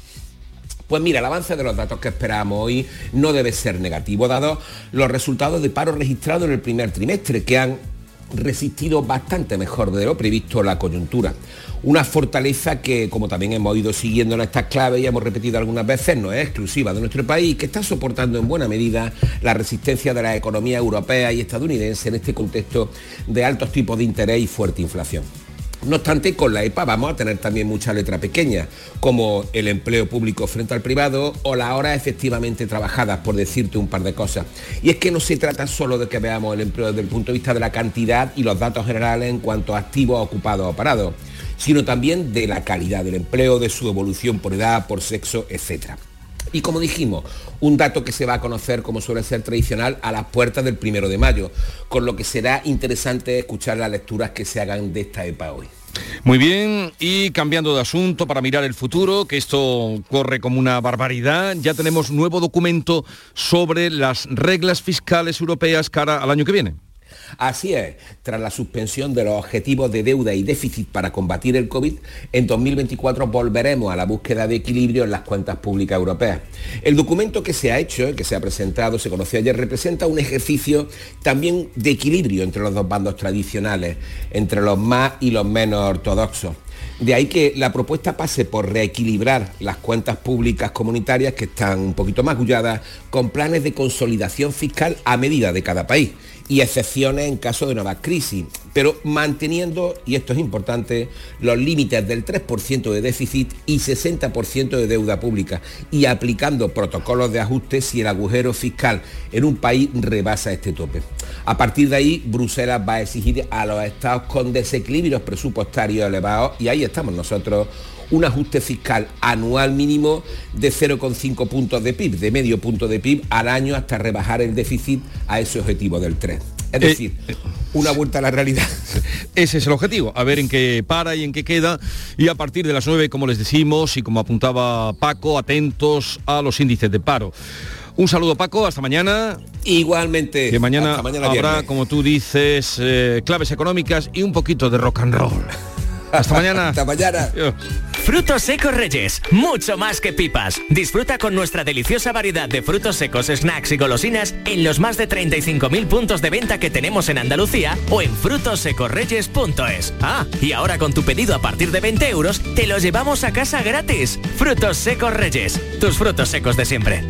Pues mira, el avance de los datos que esperamos hoy no debe ser negativo, dados los resultados de paro registrados en el primer trimestre, que han resistido bastante mejor de lo previsto la coyuntura. Una fortaleza que, como también hemos ido siguiendo en estas claves y hemos repetido algunas veces, no es exclusiva de nuestro país, que está soportando en buena medida la resistencia de las economías europeas y estadounidenses en este contexto de altos tipos de interés y fuerte inflación. No obstante, con la EPA vamos a tener también mucha letra pequeña, como el empleo público frente al privado o las horas efectivamente trabajadas, por decirte un par de cosas. Y es que no se trata solo de que veamos el empleo desde el punto de vista de la cantidad y los datos generales en cuanto a activos, ocupados o parados, sino también de la calidad del empleo, de su evolución por edad, por sexo, etc. Y como dijimos, un dato que se va a conocer, como suele ser tradicional, a las puertas del 1 de mayo, con lo que será interesante escuchar las lecturas que se hagan de esta EPA hoy. Muy bien, y cambiando de asunto para mirar el futuro, que esto corre como una barbaridad, ya tenemos nuevo documento sobre las reglas fiscales europeas cara al año que viene. Así es, tras la suspensión de los objetivos de deuda y déficit para combatir el COVID, en 2024 volveremos a la búsqueda de equilibrio en las cuentas públicas europeas. El documento que se ha hecho, que se ha presentado, se conoció ayer, representa un ejercicio también de equilibrio entre los dos bandos tradicionales, entre los más y los menos ortodoxos. De ahí que la propuesta pase por reequilibrar las cuentas públicas comunitarias, que están un poquito magulladas, con planes de consolidación fiscal a medida de cada país y excepciones en caso de nuevas crisis, pero manteniendo, y esto es importante, los límites del 3% de déficit y 60% de deuda pública, y aplicando protocolos de ajuste si el agujero fiscal en un país rebasa este tope. A partir de ahí, Bruselas va a exigir a los estados con desequilibrios presupuestarios elevados, y ahí estamos nosotros, un ajuste fiscal anual mínimo de 0,5 puntos de PIB, de medio punto de PIB al año, hasta rebajar el déficit a ese objetivo del 3. Es decir, una vuelta a la realidad. Ese es el objetivo, a ver en qué para y en qué queda. Y a partir de las 9, como les decimos, y como apuntaba Paco, atentos a los índices de paro. Un saludo, Paco, hasta mañana. Igualmente. Que mañana habrá, viernes, como tú dices, claves económicas y un poquito de rock and roll. Hasta mañana. Hasta mañana. Frutos secos Reyes, mucho más que pipas. Disfruta con nuestra deliciosa variedad de frutos secos, snacks y golosinas en los más de 35.000 puntos de venta que tenemos en Andalucía o en frutosecorreyes.es. Ah, y ahora con tu pedido a partir de 20 euros, te los llevamos a casa gratis. Frutos secos Reyes, tus frutos secos de siempre.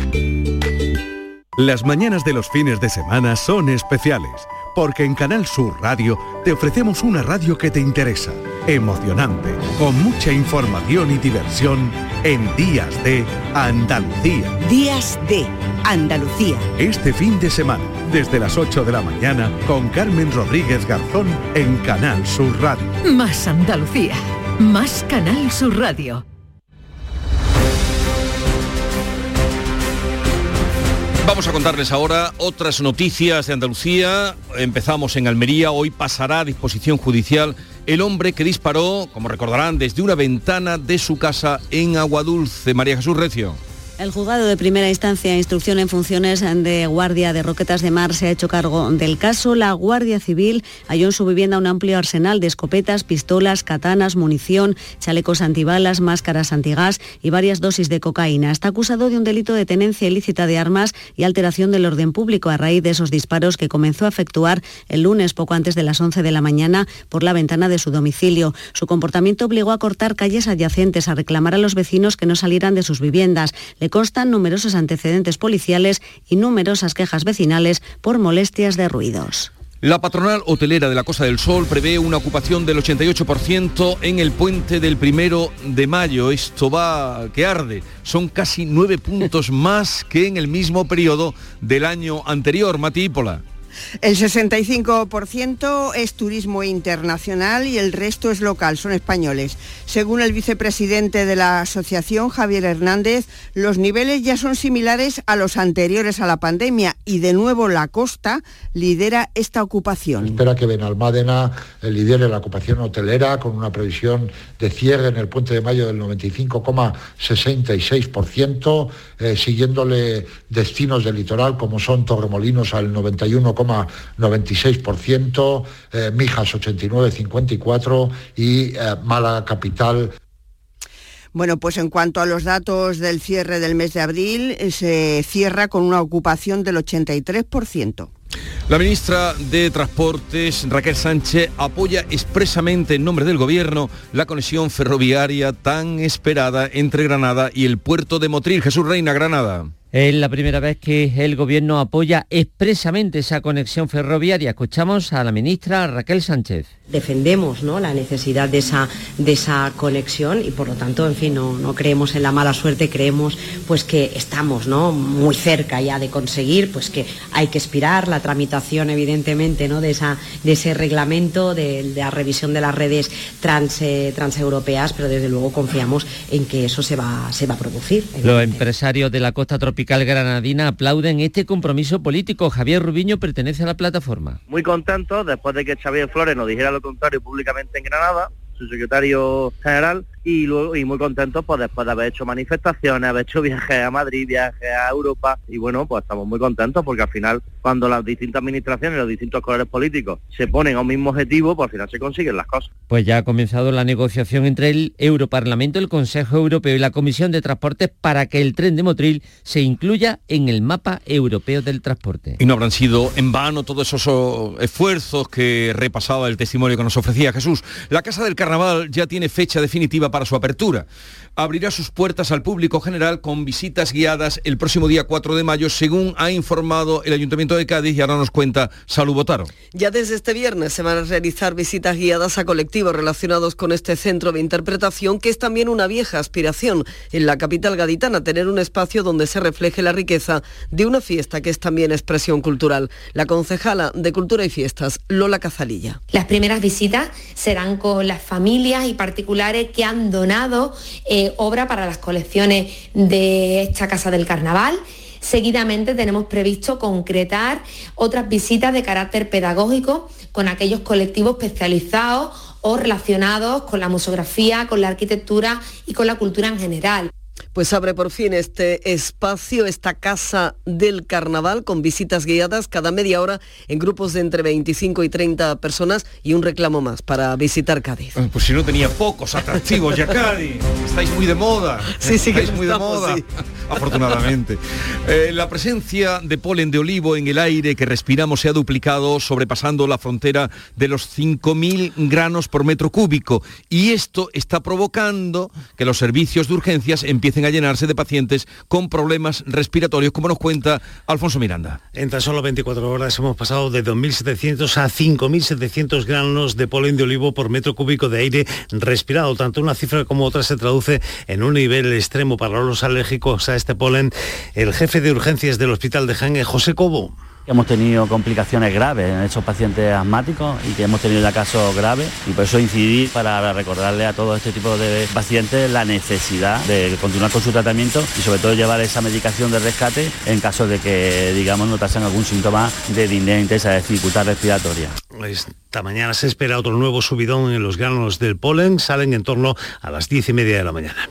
Las mañanas de los fines de semana son especiales, porque en Canal Sur Radio te ofrecemos una radio que te interesa, emocionante, con mucha información y diversión en Días de Andalucía. Días de Andalucía. Este fin de semana, desde las 8 de la mañana, con Carmen Rodríguez Garzón en Canal Sur Radio. Más Andalucía, más Canal Sur Radio. Vamos a contarles ahora otras noticias de Andalucía. Empezamos en Almería. Hoy pasará a disposición judicial el hombre que disparó, como recordarán, desde una ventana de su casa en Aguadulce. María Jesús Recio. El juzgado de primera instancia e instrucción en funciones de guardia de Roquetas de Mar se ha hecho cargo del caso. La Guardia Civil halló en su vivienda un amplio arsenal de escopetas, pistolas, katanas, munición, chalecos antibalas, máscaras antigás y varias dosis de cocaína. Está acusado de un delito de tenencia ilícita de armas y alteración del orden público a raíz de esos disparos que comenzó a efectuar el lunes poco antes de las 11 de la mañana por la ventana de su domicilio. Su comportamiento obligó a cortar calles adyacentes, a reclamar a los vecinos que no salieran de sus viviendas. Le constan numerosos antecedentes policiales y numerosas quejas vecinales por molestias de ruidos. La patronal hotelera de la Costa del Sol prevé una ocupación del 88% en el puente del 1 de mayo. Esto va que arde. Son casi 9 puntos más que en el mismo periodo del año anterior. Mati Ípola. El 65% es turismo internacional y el resto es local, son españoles. Según el vicepresidente de la asociación, Javier Hernández, los niveles ya son similares a los anteriores a la pandemia y de nuevo la costa lidera esta ocupación. Espera que Benalmádena lidere la ocupación hotelera con una previsión de cierre en el puente de mayo del 95,66%, siguiéndole destinos del litoral como son Torremolinos al 91,96%, Mijas 89,54% y Málaga capital. Bueno, pues en cuanto a los datos del cierre del mes de abril, se cierra con una ocupación del 83%. La ministra de Transportes, Raquel Sánchez, apoya expresamente en nombre del Gobierno la conexión ferroviaria tan esperada entre Granada y el puerto de Motril. Jesús Reina, Granada. Es la primera vez que el Gobierno apoya expresamente esa conexión ferroviaria. Escuchamos a la ministra Raquel Sánchez. Defendemos, ¿no?, la necesidad de esa conexión y por lo tanto, en fin, no creemos en la mala suerte, creemos pues que estamos, ¿no?, muy cerca ya de conseguir, pues que hay que expirar la tramitación, evidentemente, ¿no?, de ese reglamento, de la revisión de las redes transeuropeas, pero desde luego confiamos en que eso se va a producir. Los empresarios de la costa tropical granadina aplauden este compromiso político. Javier Rubiño pertenece a la plataforma. Muy contento después de que Xavier Flores nos dijera lo contrario públicamente en Granada, su secretario general, y muy contentos pues después de haber hecho manifestaciones, haber hecho viajes a Madrid, viajes a Europa, y bueno, pues estamos muy contentos porque al final cuando las distintas administraciones, los distintos colores políticos se ponen a un mismo objetivo, pues al final se consiguen las cosas. Pues ya ha comenzado la negociación entre el Europarlamento, el Consejo Europeo y la Comisión de Transportes para que el tren de Motril se incluya en el mapa europeo del transporte. Y no habrán sido en vano todos esos esfuerzos que repasaba el testimonio que nos ofrecía Jesús. La Casa del Carnaval ya tiene fecha definitiva para su apertura. Abrirá sus puertas al público general con visitas guiadas el próximo día 4 de mayo, según ha informado el Ayuntamiento de Cádiz, y ahora nos cuenta Salud Botaro. Ya desde este viernes se van a realizar visitas guiadas a colectivos relacionados con este centro de interpretación, que es también una vieja aspiración en la capital gaditana, tener un espacio donde se refleje la riqueza de una fiesta que es también expresión cultural. La concejala de Cultura y Fiestas, Lola Cazalilla. Las primeras visitas serán con las familias y particulares que han donado obra para las colecciones de esta Casa del Carnaval. Seguidamente tenemos previsto concretar otras visitas de carácter pedagógico con aquellos colectivos especializados o relacionados con la museografía, con la arquitectura y con la cultura en general. Pues abre por fin este espacio, esta Casa del Carnaval, con visitas guiadas cada media hora en grupos de entre 25 y 30 personas y un reclamo más para visitar Cádiz. Pues si no tenía pocos atractivos ya Cádiz. Estáis muy de moda. Sí, estáis muy de moda. Sí. Afortunadamente. La presencia de polen de olivo en el aire que respiramos se ha duplicado, sobrepasando la frontera de los 5.000 granos por metro cúbico. Y esto está provocando que los servicios de urgencias empiecen a llenarse de pacientes con problemas respiratorios, como nos cuenta Alfonso Miranda. En tan solo 24 horas hemos pasado de 2.700 a 5.700 granos de polen de olivo por metro cúbico de aire respirado. Tanto una cifra como otra se traduce en un nivel extremo para los alérgicos a este polen. El jefe de urgencias del Hospital de Jaén, José Cobo. Hemos tenido complicaciones graves en estos pacientes asmáticos y que hemos tenido ya casos graves, y por eso incidir para recordarle a todo este tipo de pacientes la necesidad de continuar con su tratamiento y sobre todo llevar esa medicación de rescate en caso de que, digamos, notasen algún síntoma de disnea intensa, de dificultad respiratoria. Esta mañana se espera otro nuevo subidón en los granos del polen, salen en torno a las 10:30 de la mañana.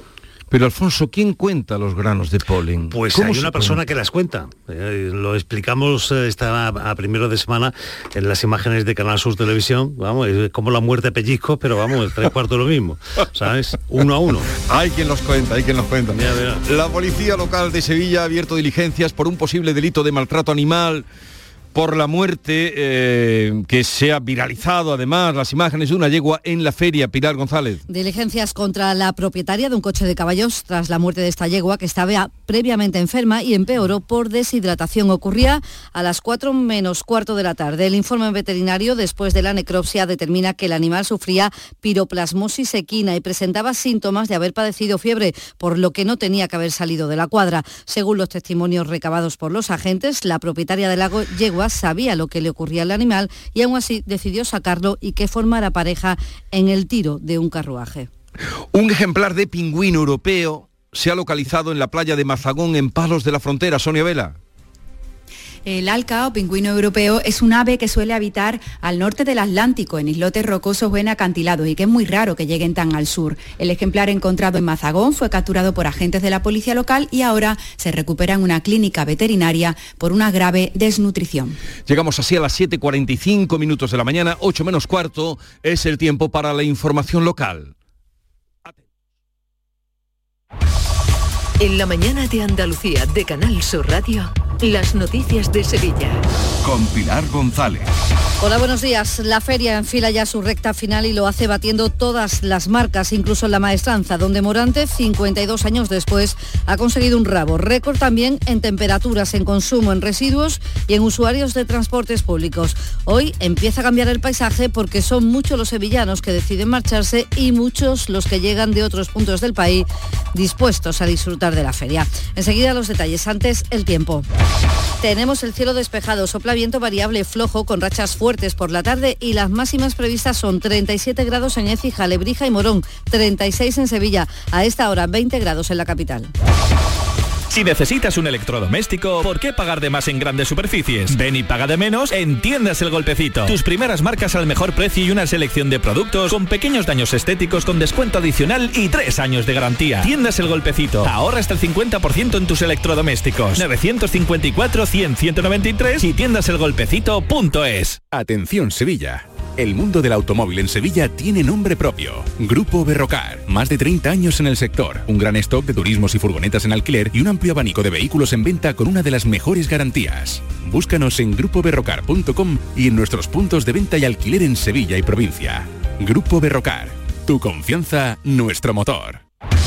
Pero Alfonso, ¿quién cuenta los granos de polen? Pues hay una persona que las cuenta. Lo explicamos a primero de semana en las imágenes de Canal Sur Televisión. Vamos, es como la muerte de pellizcos, pero vamos, 3/4 lo mismo, ¿sabes? 1 a 1. Hay quien los cuenta. La policía local de Sevilla ha abierto diligencias por un posible delito de maltrato animal, por la muerte que se ha viralizado además las imágenes de una yegua en la feria. Pilar González. Diligencias contra la propietaria de un coche de caballos tras la muerte de esta yegua, que estaba previamente enferma y empeoró por deshidratación. Ocurría a las 4 menos cuarto de la tarde. El informe veterinario, después de la necropsia, determina que el animal sufría piroplasmosis equina y presentaba síntomas de haber padecido fiebre, por lo que no tenía que haber salido de la cuadra. Según los testimonios recabados por los agentes, la propietaria de la yegua sabía lo que le ocurría al animal y aún así decidió sacarlo y que formara pareja en el tiro de un carruaje. Un ejemplar de pingüino europeo se ha localizado en la playa de Mazagón, en Palos de la Frontera. Sonia Vela. El alca o pingüino europeo es un ave que suele habitar al norte del Atlántico, en islotes rocosos o en acantilados, y que es muy raro que lleguen tan al sur. El ejemplar encontrado en Mazagón fue capturado por agentes de la policía local y ahora se recupera en una clínica veterinaria por una grave desnutrición. Llegamos así a las 7:45 minutos de la mañana, 8 menos cuarto, es el tiempo para la información local. En la mañana de Andalucía de Canal Sur Radio, las noticias de Sevilla. Con Pilar González. Hola, buenos días. La feria enfila ya su recta final y lo hace batiendo todas las marcas, incluso en la maestranza, donde Morante, 52 años después, ha conseguido un rabo. Récord también en temperaturas, en consumo, en residuos y en usuarios de transportes públicos. Hoy empieza a cambiar el paisaje porque son muchos los sevillanos que deciden marcharse y muchos los que llegan de otros puntos del país dispuestos a disfrutar de la feria. Enseguida los detalles, antes el tiempo. Tenemos el cielo despejado, sopla viento variable flojo con rachas fuertes por la tarde y las máximas previstas son 37 grados en Écija, Lebrija y Morón, 36 en Sevilla, a esta hora 20 grados en la capital. Si necesitas un electrodoméstico, ¿por qué pagar de más en grandes superficies? Ven y paga de menos en Tiendas El Golpecito. Tus primeras marcas al mejor precio y una selección de productos con pequeños daños estéticos con descuento adicional y 3 años de garantía. Tiendas El Golpecito. Ahorra hasta el 50% en tus electrodomésticos. 954-100-193 y tiendaselgolpecito.es. Atención Sevilla. El mundo del automóvil en Sevilla tiene nombre propio. Grupo Berrocar. Más de 30 años en el sector. Un gran stock de turismos y furgonetas en alquiler y un amplio abanico de vehículos en venta con una de las mejores garantías. Búscanos en grupoberrocar.com y en nuestros puntos de venta y alquiler en Sevilla y provincia. Grupo Berrocar. Tu confianza, nuestro motor.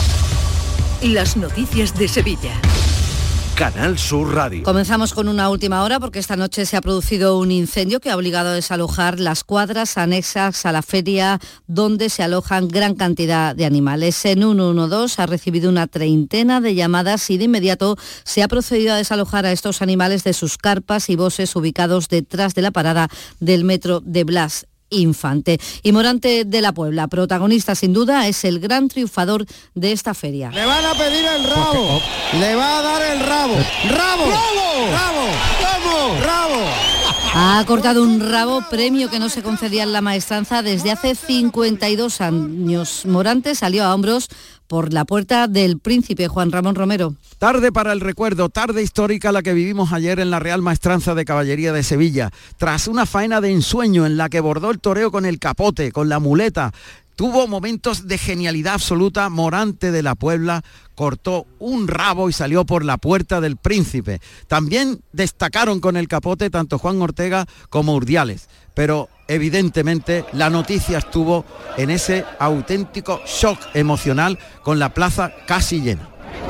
Las noticias de Sevilla. Canal Sur Radio. Comenzamos con una última hora porque esta noche se ha producido un incendio que ha obligado a desalojar las cuadras anexas a la feria donde se alojan gran cantidad de animales. En 112 ha recibido una treintena de llamadas y de inmediato se ha procedido a desalojar a estos animales de sus carpas y bosses ubicados detrás de la parada del metro de Blas Infante. Y Morante de la Puebla, protagonista sin duda, es el gran triunfador de esta feria. Le van a pedir el rabo, le va a dar el rabo. ¡Rabo! ¡Rabo! ¡Rabo! ¡Vamos! ¡Rabo! Ha cortado un rabo, premio que no se concedía en la maestranza desde hace 52 años. Morante salió a hombros por la puerta del Príncipe. Juan Ramón Romero. Tarde para el recuerdo, tarde histórica la que vivimos ayer en la Real Maestranza de Caballería de Sevilla. Tras una faena de ensueño en la que bordó el toreo con el capote, con la muleta, tuvo momentos de genialidad absoluta, Morante de la Puebla cortó un rabo y salió por la puerta del Príncipe. También destacaron con el capote tanto Juan Ortega como Urdiales, pero evidentemente la noticia estuvo en ese auténtico shock emocional con la plaza casi llena.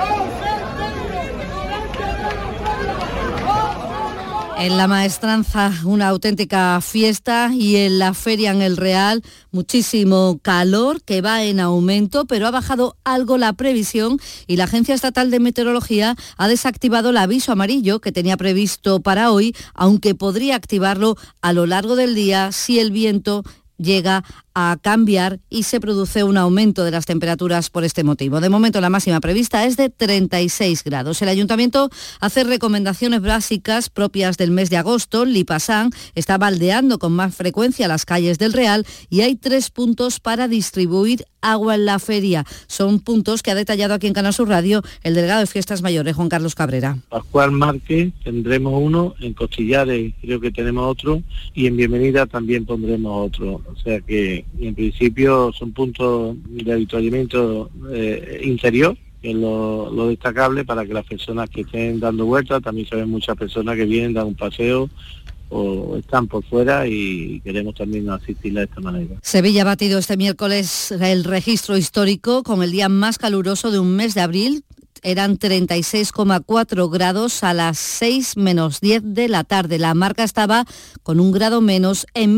En la maestranza una auténtica fiesta y en la feria en el Real muchísimo calor que va en aumento, pero ha bajado algo la previsión y la Agencia Estatal de Meteorología ha desactivado el aviso amarillo que tenía previsto para hoy, aunque podría activarlo a lo largo del día si el viento llega a cambiar y se produce un aumento de las temperaturas por este motivo. De momento la máxima prevista es de 36 grados. El Ayuntamiento hace recomendaciones básicas propias del mes de agosto. Lipasán está baldeando con más frecuencia las calles del Real y hay 3 puntos para distribuir agua en la feria. Son puntos que ha detallado aquí en Canal Sur Radio el delegado de Fiestas Mayores, Juan Carlos Cabrera. Pascual Márquez tendremos uno, en Costillares creo que tenemos otro y en Bienvenida también pondremos otro. O sea que en principio son puntos de avituallamiento interior, que es lo destacable para que las personas que estén dando vueltas, también se ven muchas personas que vienen, dan un paseo o están por fuera y queremos también asistirla de esta manera. Sevilla ha batido este miércoles el registro histórico con el día más caluroso de un mes de abril. Eran 36,4 grados a las 6 menos 10 de la tarde. La marca estaba con 1 grado menos en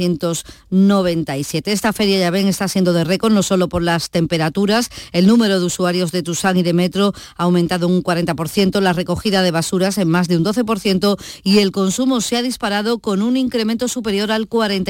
1997. Esta feria, ya ven, está siendo de récord, no solo por las temperaturas. El número de usuarios de Tusán y de Metro ha aumentado un 40%, la recogida de basuras en más de un 12% y el consumo se ha disparado con un incremento superior al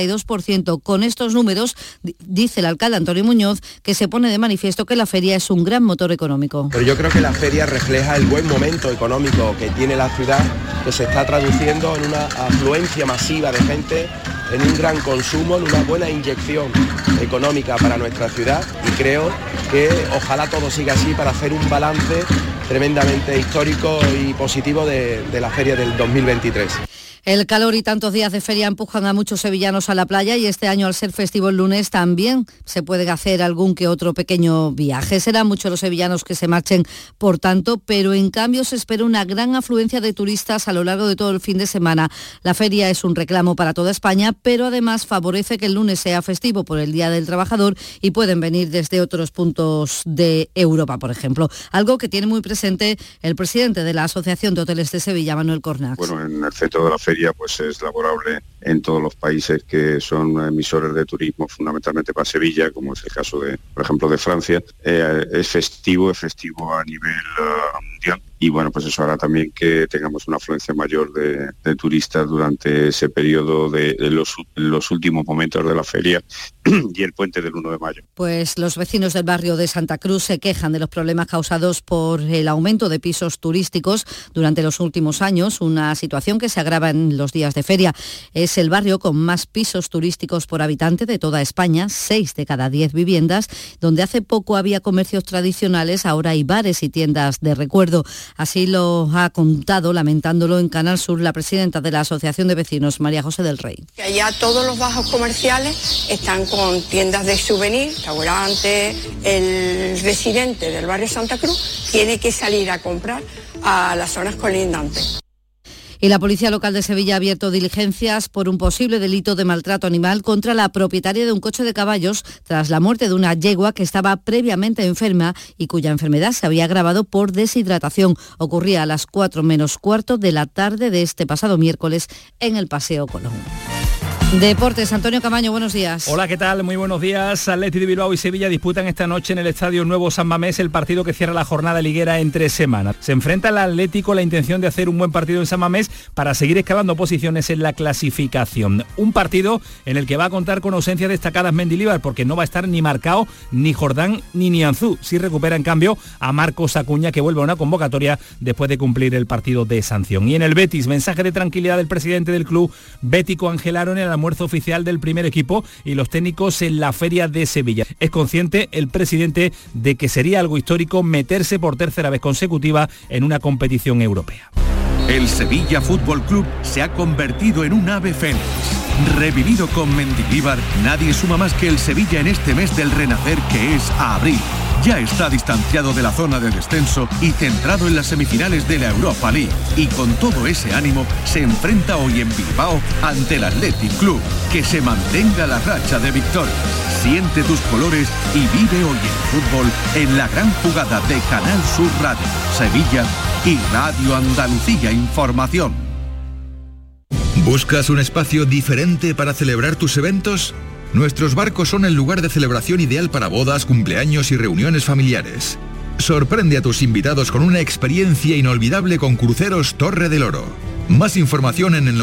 42%. Con estos números, dice el alcalde Antonio Muñoz, que se pone de manifiesto que la feria es un gran motor económico. Pero yo creo que la feria refleja el buen momento económico que tiene la ciudad, que se está traduciendo en una afluencia masiva de gente, en un gran consumo, en una buena inyección económica para nuestra ciudad y creo que ojalá todo siga así para hacer un balance tremendamente histórico y positivo de la feria del 2023. El calor y tantos días de feria empujan a muchos sevillanos a la playa y este año, al ser festivo el lunes, también se puede hacer algún que otro pequeño viaje. Serán muchos los sevillanos que se marchen, por tanto, pero en cambio se espera una gran afluencia de turistas a lo largo de todo el fin de semana. La feria es un reclamo para toda España, pero además favorece que el lunes sea festivo por el Día del Trabajador y pueden venir desde otros puntos de Europa, por ejemplo. Algo que tiene muy presente el presidente de la Asociación de Hoteles de Sevilla, Manuel Cornax. Bueno, en el centro de la feria pues es laborable en todos los países que son emisores de turismo, fundamentalmente para Sevilla, como es el caso de, por ejemplo, de Francia. Es festivo a nivel mundial. Y bueno, pues eso hará también que tengamos una afluencia mayor de turistas durante ese periodo de los últimos momentos de la feria y el puente del 1 de mayo. Pues los vecinos del barrio de Santa Cruz se quejan de los problemas causados por el aumento de pisos turísticos durante los últimos años, una situación que se agrava en los días de feria. Es el barrio con más pisos turísticos por habitante de toda España, 6 de cada 10 viviendas, donde hace poco había comercios tradicionales, ahora hay bares y tiendas de recuerdo. Así lo ha contado, lamentándolo en Canal Sur, la presidenta de la Asociación de Vecinos, María José del Rey. Allá todos los bajos comerciales están con tiendas de souvenir, restaurantes. El residente del barrio Santa Cruz tiene que salir a comprar a las zonas colindantes. Y la Policía Local de Sevilla ha abierto diligencias por un posible delito de maltrato animal contra la propietaria de un coche de caballos tras la muerte de una yegua que estaba previamente enferma y cuya enfermedad se había agravado por deshidratación. Ocurría a las 4 menos cuarto de la tarde de este pasado miércoles en el Paseo Colón. Deportes, Antonio Camaño, buenos días. Hola, ¿qué tal? Muy buenos días. Athletic de Bilbao y Sevilla disputan esta noche en el Estadio Nuevo San Mamés el partido que cierra la jornada liguera en 3 semanas. Se enfrenta el Atlético la intención de hacer un buen partido en San Mamés para seguir escalando posiciones en la clasificación. Un partido en el que va a contar con ausencias destacadas Mendilibar, porque no va a estar ni Marcao, ni Jordán, ni Nianzú. Sí recupera en cambio a Marcos Acuña, que vuelve a una convocatoria después de cumplir el partido de sanción. Y en el Betis, mensaje de tranquilidad del presidente del club bético Ángel Aro en el almuerzo oficial del primer equipo y los técnicos en la feria de Sevilla. Es consciente el presidente de que sería algo histórico meterse por tercera vez consecutiva en una competición europea. El Sevilla Fútbol Club se ha convertido en un ave fénix. Revivido con Mendilibar, nadie suma más que el Sevilla en este mes del renacer que es abril. Ya está distanciado de la zona de descenso y centrado en las semifinales de la Europa League. Y con todo ese ánimo se enfrenta hoy en Bilbao ante el Athletic Club. Que se mantenga la racha de victorias. Siente tus colores y vive hoy el fútbol en la gran jugada de Canal Sur Radio, Sevilla y Radio Andalucía Información. ¿Buscas un espacio diferente para celebrar tus eventos? Nuestros barcos son el lugar de celebración ideal para bodas, cumpleaños y reuniones familiares. Sorprende a tus invitados con una experiencia inolvidable con Cruceros Torre del Oro. Más información en el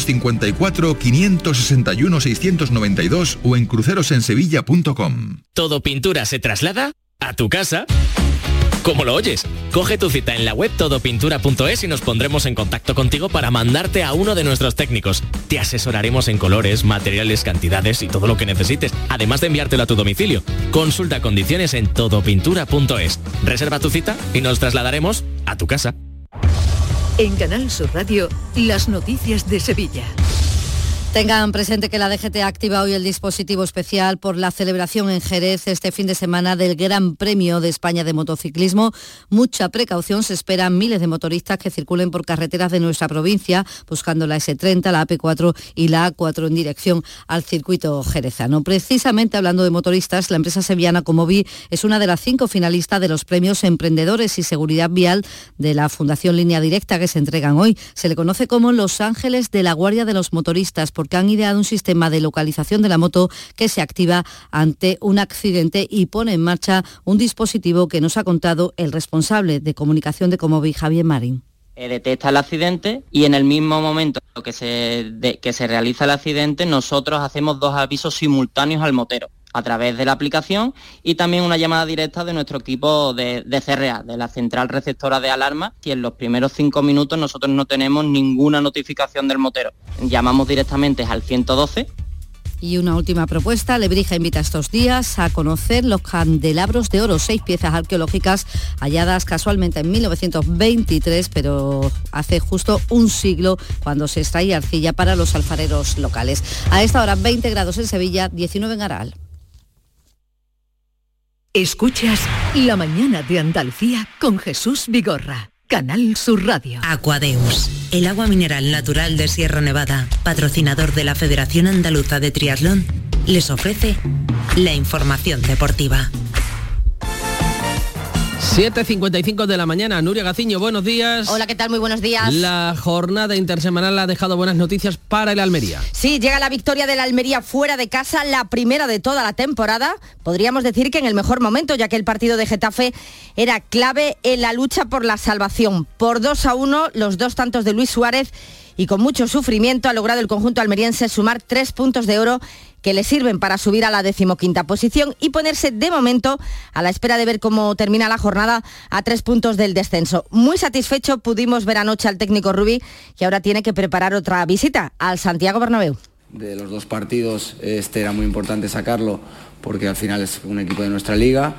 954-561-692 o en crucerosensevilla.com. ¿Todo pintura se traslada a tu casa? Como lo oyes, coge tu cita en la web todopintura.es y nos pondremos en contacto contigo para mandarte a uno de nuestros técnicos. Te asesoraremos en colores, materiales, cantidades y todo lo que necesites, además de enviártelo a tu domicilio. Consulta condiciones en todopintura.es. Reserva tu cita y nos trasladaremos a tu casa. En Canal Sur Radio, las noticias de Sevilla. Tengan presente que la DGT activa hoy el dispositivo especial por la celebración en Jerez este fin de semana del Gran Premio de España de motociclismo. Mucha precaución, se esperan miles de motoristas que circulen por carreteras de nuestra provincia buscando la S30, la AP4 y la A4 en dirección al circuito jerezano. Precisamente hablando de motoristas, la empresa sevillana Comovi es una de las 5 finalistas de los premios Emprendedores y Seguridad Vial de la Fundación Línea Directa que se entregan hoy. Se le conoce como Los Ángeles de la Guardia de los Motoristas porque han ideado un sistema de localización de la moto que se activa ante un accidente y pone en marcha un dispositivo que nos ha contado el responsable de comunicación de Comovi, Javier Marín. Detecta el accidente y en el mismo momento que se realiza el accidente nosotros hacemos 2 avisos simultáneos al motero a través de la aplicación y también una llamada directa de nuestro equipo de CRA, de la central receptora de alarma, y en los primeros 5 minutos nosotros no tenemos ninguna notificación del motero. Llamamos directamente al 112. Y una última propuesta, Lebrija invita estos días a conocer los candelabros de oro, 6 piezas arqueológicas halladas casualmente en 1923, pero hace justo un siglo cuando se extraía arcilla para los alfareros locales. A esta hora 20 grados en Sevilla, 19 en Aral. Escuchas La Mañana de Andalucía con Jesús Vigorra. Canal Sur Radio. Aquadeus, el agua mineral natural de Sierra Nevada, patrocinador de la Federación Andaluza de Triatlón, les ofrece la información deportiva. 7:55 de la mañana. Nuria Gaciño, buenos días. Hola, ¿qué tal? Muy buenos días. La jornada intersemanal ha dejado buenas noticias para el Almería. Sí, llega la victoria del Almería fuera de casa, la primera de toda la temporada. Podríamos decir que en el mejor momento, ya que el partido de Getafe era clave en la lucha por la salvación. Por 2-1, los 2 tantos de Luis Suárez, y con mucho sufrimiento ha logrado el conjunto almeriense sumar 3 puntos de oro que le sirven para subir a la 15ª posición y ponerse de momento a la espera de ver cómo termina la jornada a 3 puntos del descenso. Muy satisfecho pudimos ver anoche al técnico Rubí, que ahora tiene que preparar otra visita al Santiago Bernabéu. De los 2 partidos era muy importante sacarlo porque al final es un equipo de nuestra liga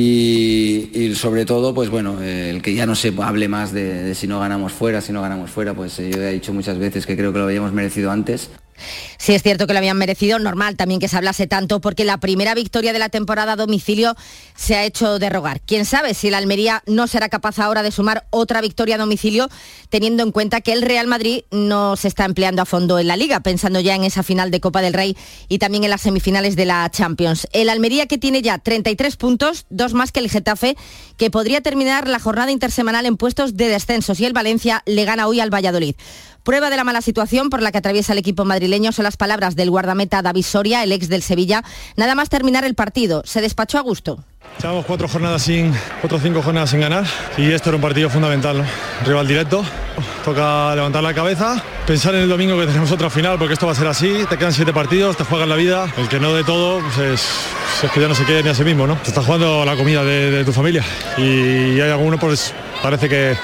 y sobre todo pues bueno, el que ya no se hable más de si no ganamos fuera, pues yo he dicho muchas veces que creo que lo habíamos merecido antes. Sí, es cierto que lo habían merecido, normal también que se hablase tanto porque la primera victoria de la temporada a domicilio se ha hecho de rogar. Quién sabe si el Almería no será capaz ahora de sumar otra victoria a domicilio, teniendo en cuenta que el Real Madrid no se está empleando a fondo en la Liga, pensando ya en esa final de Copa del Rey y también en las semifinales de la Champions. El Almería, que tiene ya 33 puntos, 2 más que el Getafe, que podría terminar la jornada intersemanal en puestos de descensos, y el Valencia le gana hoy al Valladolid. Prueba de la mala situación por la que atraviesa el equipo madrileño son las palabras del guardameta David Soria, el ex del Sevilla, nada más terminar el partido. Se despachó a gusto. Llevamos 4 o 5 jornadas sin ganar y esto era un partido fundamental, ¿no? Rival directo, toca levantar la cabeza, pensar en el domingo que tenemos otra final, porque esto va a ser así, te quedan 7 partidos, te juegas la vida, el que no de todo pues es que ya no se quiere ni a sí mismo, ¿no? Te estás jugando la comida de tu familia y hay alguno pues parece que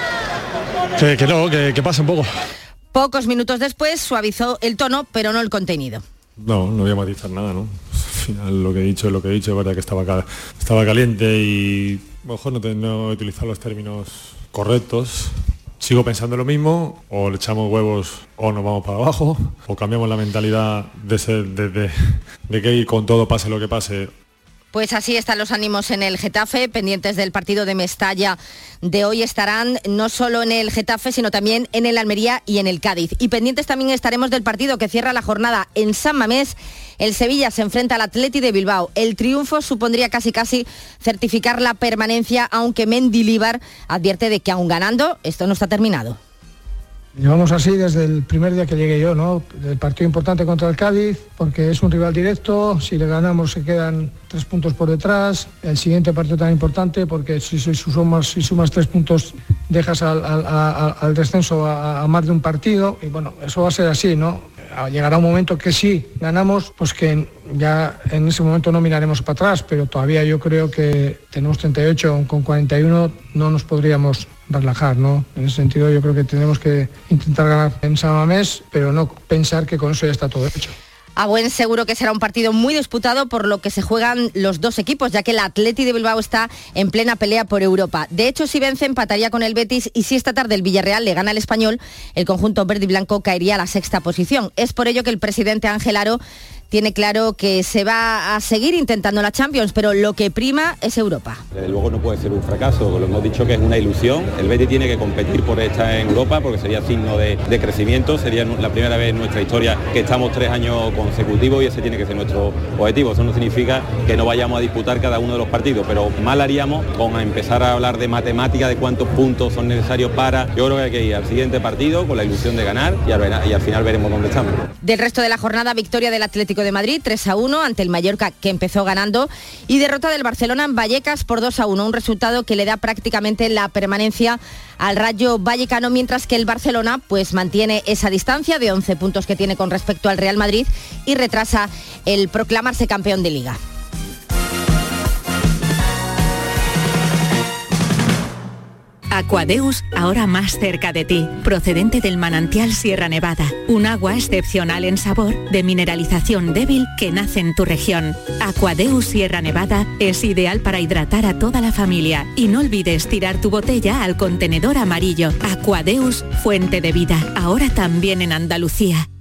pasa un poco. Pocos minutos después suavizó el tono, pero no el contenido. No voy a matizar nada, ¿no? Al final lo que he dicho, es verdad que estaba caliente y a lo mejor no he utilizado los términos correctos. Sigo pensando lo mismo, o le echamos huevos o nos vamos para abajo, o cambiamos la mentalidad de que ir con todo pase lo que pase. Pues así están los ánimos en el Getafe, pendientes del partido de Mestalla de hoy estarán no solo en el Getafe, sino también en el Almería y en el Cádiz. Y pendientes también estaremos del partido que cierra la jornada en San Mamés. El Sevilla se enfrenta al Athletic de Bilbao. El triunfo supondría casi certificar la permanencia, aunque Mendilibar advierte de que aún ganando, esto no está terminado. Llevamos así desde el primer día que llegué yo, ¿no? El partido importante contra el Cádiz, porque es un rival directo, si le ganamos se quedan 3 puntos por detrás. El siguiente partido tan importante, porque si sumas 3 puntos dejas al descenso a más de un partido, y bueno, eso va a ser así, ¿no? llegará un momento que sí ganamos, pues que ya en ese momento no miraremos para atrás, pero todavía yo creo que tenemos 38, con 41 no nos podríamos relajar, ¿no? En ese sentido yo creo que tenemos que intentar ganar en San Mamés, pero no pensar que con eso ya está todo hecho. A buen seguro que será un partido muy disputado por lo que se juegan los dos equipos, ya que el Athletic de Bilbao está en plena pelea por Europa. De hecho, si vence, empataría con el Betis, y si esta tarde el Villarreal le gana al Español, el conjunto verde y blanco caería a la 6ª posición. Es por ello que el presidente Ángel Aro tiene claro que se va a seguir intentando la Champions, pero lo que prima es Europa. Desde luego no puede ser un fracaso, lo hemos dicho que es una ilusión. El Betis tiene que competir por estar en Europa porque sería signo de crecimiento, sería la primera vez en nuestra historia que estamos 3 años consecutivos y ese tiene que ser nuestro objetivo. Eso no significa que no vayamos a disputar cada uno de los partidos, pero mal haríamos con empezar a hablar de matemática, de cuántos puntos son necesarios para... Yo creo que hay que ir al siguiente partido con la ilusión de ganar y al final veremos dónde estamos. Del resto de la jornada, victoria del Atlético de Madrid 3-1 ante el Mallorca, que empezó ganando, y derrota del Barcelona en Vallecas por 2-1, un resultado que le da prácticamente la permanencia al Rayo Vallecano, mientras que el Barcelona pues mantiene esa distancia de 11 puntos que tiene con respecto al Real Madrid y retrasa el proclamarse campeón de Liga. Aquadeus, ahora más cerca de ti, procedente del manantial Sierra Nevada, un agua excepcional en sabor, de mineralización débil que nace en tu región. Aquadeus Sierra Nevada es ideal para hidratar a toda la familia, y no olvides tirar tu botella al contenedor amarillo. Aquadeus, fuente de vida, ahora también en Andalucía.